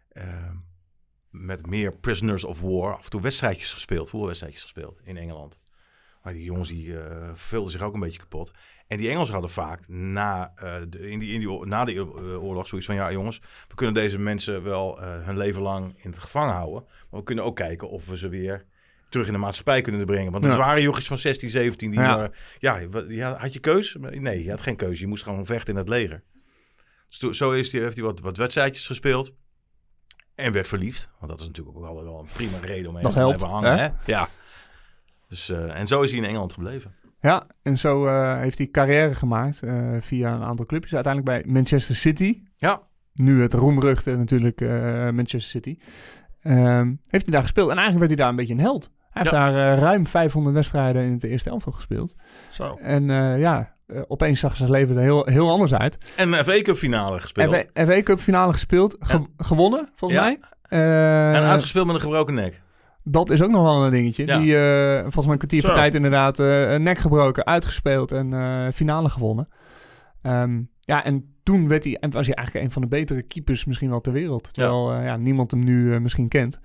met meer prisoners of war af en toe voetbalwedstrijdjes gespeeld in Engeland. Maar die jongens die verveelden zich ook een beetje kapot. En die Engelsen hadden vaak na de oorlog zoiets van... ja jongens, we kunnen deze mensen wel hun leven lang in het gevangen houden. Maar we kunnen ook kijken of we ze weer terug in de maatschappij kunnen brengen. Want er waren jochies van 16, 17 die... had je keus? Nee, je had geen keuze. Je moest gewoon vechten in het leger. Zo heeft hij wat wedstrijdjes gespeeld. En werd verliefd. Want dat is natuurlijk ook wel een prima reden om even te blijven hangen. Hè? Ja. Dus, en zo is hij in Engeland gebleven. Ja, en zo heeft hij carrière gemaakt via een aantal clubjes. Uiteindelijk bij Manchester City. Ja. Nu het roemruchte natuurlijk Manchester City. Heeft hij daar gespeeld. En eigenlijk werd hij daar een beetje een held. Hij heeft daar ruim 500 wedstrijden in het eerste elftal gespeeld. Zo. En opeens zag zijn leven er heel anders uit. En een FA Cup finale gespeeld. FA Cup finale gespeeld. Gewonnen, volgens mij. En uitgespeeld met een gebroken nek. Dat is ook nog wel een dingetje. Ja. Die volgens mij een kwartier van tijd inderdaad een nek gebroken, uitgespeeld en finale gewonnen. En toen was hij eigenlijk een van de betere keepers misschien wel ter wereld. Terwijl niemand hem nu misschien kent.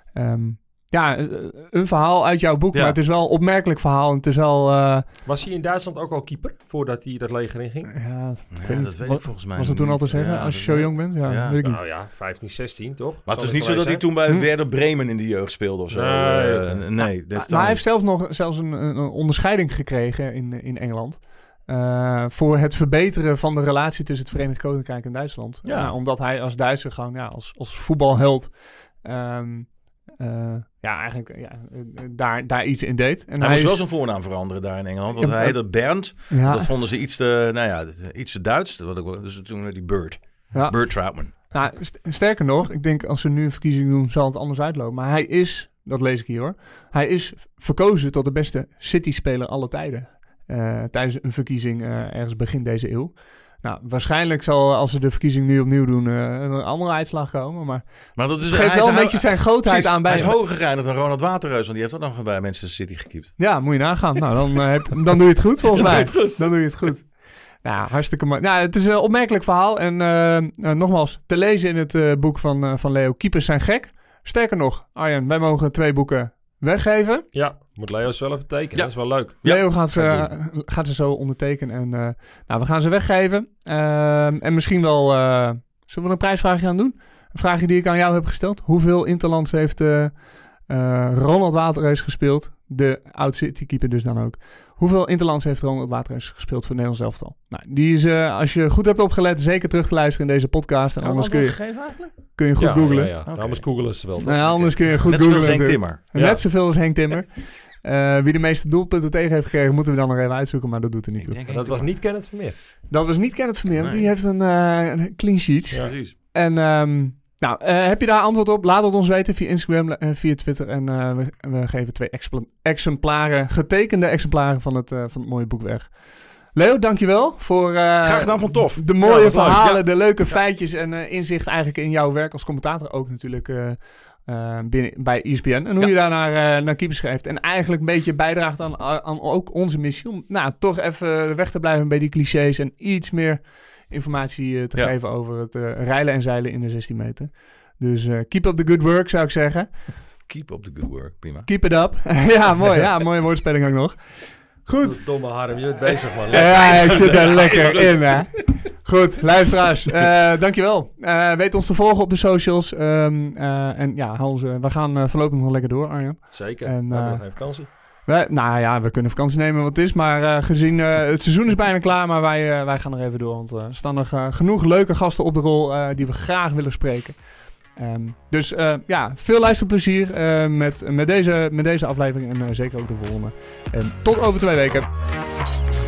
Een verhaal uit jouw boek, maar het is wel een opmerkelijk verhaal. En het is wel, Was hij in Duitsland ook al keeper voordat hij dat leger in ging? Dat weet ik volgens mij. Was dat toen al te zeggen als je zo jong bent? Ja. Weet ik niet. Nou ja, 15, 16 toch? Maar het is niet zo dat hij toen bij Werder Bremen in de jeugd speelde of zo. Nee. Maar hij heeft zelfs een onderscheiding gekregen in Engeland. Voor het verbeteren van de relatie tussen het Verenigd Koninkrijk en Duitsland. Omdat hij als Duitser gewoon als voetbalheld daar iets in deed. En Hij moest wel zijn voornaam veranderen daar in Engeland. Want hij heette Bernd. Ja. Dat vonden ze iets te Duits. Dus toen die Bird. Ja. Bird Troutman. Nou, sterker nog, ik denk als ze nu een verkiezing doen, zal het anders uitlopen. Maar hij is, dat lees ik hier hoor, hij is verkozen tot de beste City-speler aller tijden. Tijdens een verkiezing ergens begin deze eeuw. Nou, waarschijnlijk zal, als ze de verkiezing nu opnieuw doen, een andere uitslag komen. Maar dat is, geeft wel een beetje zijn grootheid precies, aan bij. Hij is hoger geëindigd dan Ronald Waterreus, want die heeft ook nog bij Manchester City gekiept. Ja, moet je nagaan. Nou, dan doe je het goed volgens mij. Dan doe je het goed. Nou, hartstikke mooi. Nou, het is een opmerkelijk verhaal. En nogmaals, te lezen in het boek van Leo. Keepers zijn gek. Sterker nog, Arjen, wij mogen 2 boeken weggeven. Ja, moet Leo zelf even tekenen. Ja. Dat is wel leuk. Leo gaat ze zo ondertekenen. En we gaan ze weggeven. En misschien wel... zullen we een prijsvraagje aan doen? Een vraagje die ik aan jou heb gesteld. Hoeveel interlands heeft Ronald Waterreus gespeeld? De oud-City-keeper dus dan ook. Hoeveel interlands heeft Ronald Waterreus gespeeld voor Nederlands elftal? Nou, die is, als je goed hebt opgelet, zeker terug te luisteren in deze podcast. En anders kun je goed googlen. Ja. Okay. Anders googelen ze wel. Anders kun je goed Net googlen. zoals Henk Timmer. Net zoveel als Henk Timmer. Wie de meeste doelpunten tegen heeft gekregen, moeten we dan nog even uitzoeken, maar dat doet er niet toe. Dat was niet Kenneth Vermeer. Dat was niet Kenneth Vermeer, want die heeft een clean sheet. Ja, precies. En heb je daar antwoord op? Laat het ons weten via Instagram, via Twitter. En we geven 2 exemplaren, getekende exemplaren van het mooie boek weg. Leo, dankjewel voor Graag gedaan, van tof. de mooie verhalen, leuk. de leuke feitjes en inzicht eigenlijk in jouw werk als commentator ook natuurlijk bij ESPN. En hoe je daar naar keepers schrijft. En eigenlijk een beetje bijdraagt aan ook onze missie om toch even weg te blijven bij die clichés en iets meer informatie te geven over het reilen en zeilen in de 16 meter. Dus keep up the good work, zou ik zeggen. Keep up the good work, prima. Keep it up. Ja, mooi. Ja, mooie woordspeling ook nog. Goed. Domme Harm, je bent bezig, man. Ja, ik zit er lekker in, hè. Goed, luisteraars. Dankjewel. Weet ons te volgen op de socials. We gaan voorlopig nog lekker door, Arjen. Zeker. En, we hebben nog geen vakantie. We kunnen vakantie nemen wat het is. Maar gezien het seizoen is bijna klaar. Maar wij gaan nog even door. Want er staan nog genoeg leuke gasten op de rol die we graag willen spreken. Veel luisterplezier met deze aflevering. En zeker ook de volgende. En tot over 2 weken.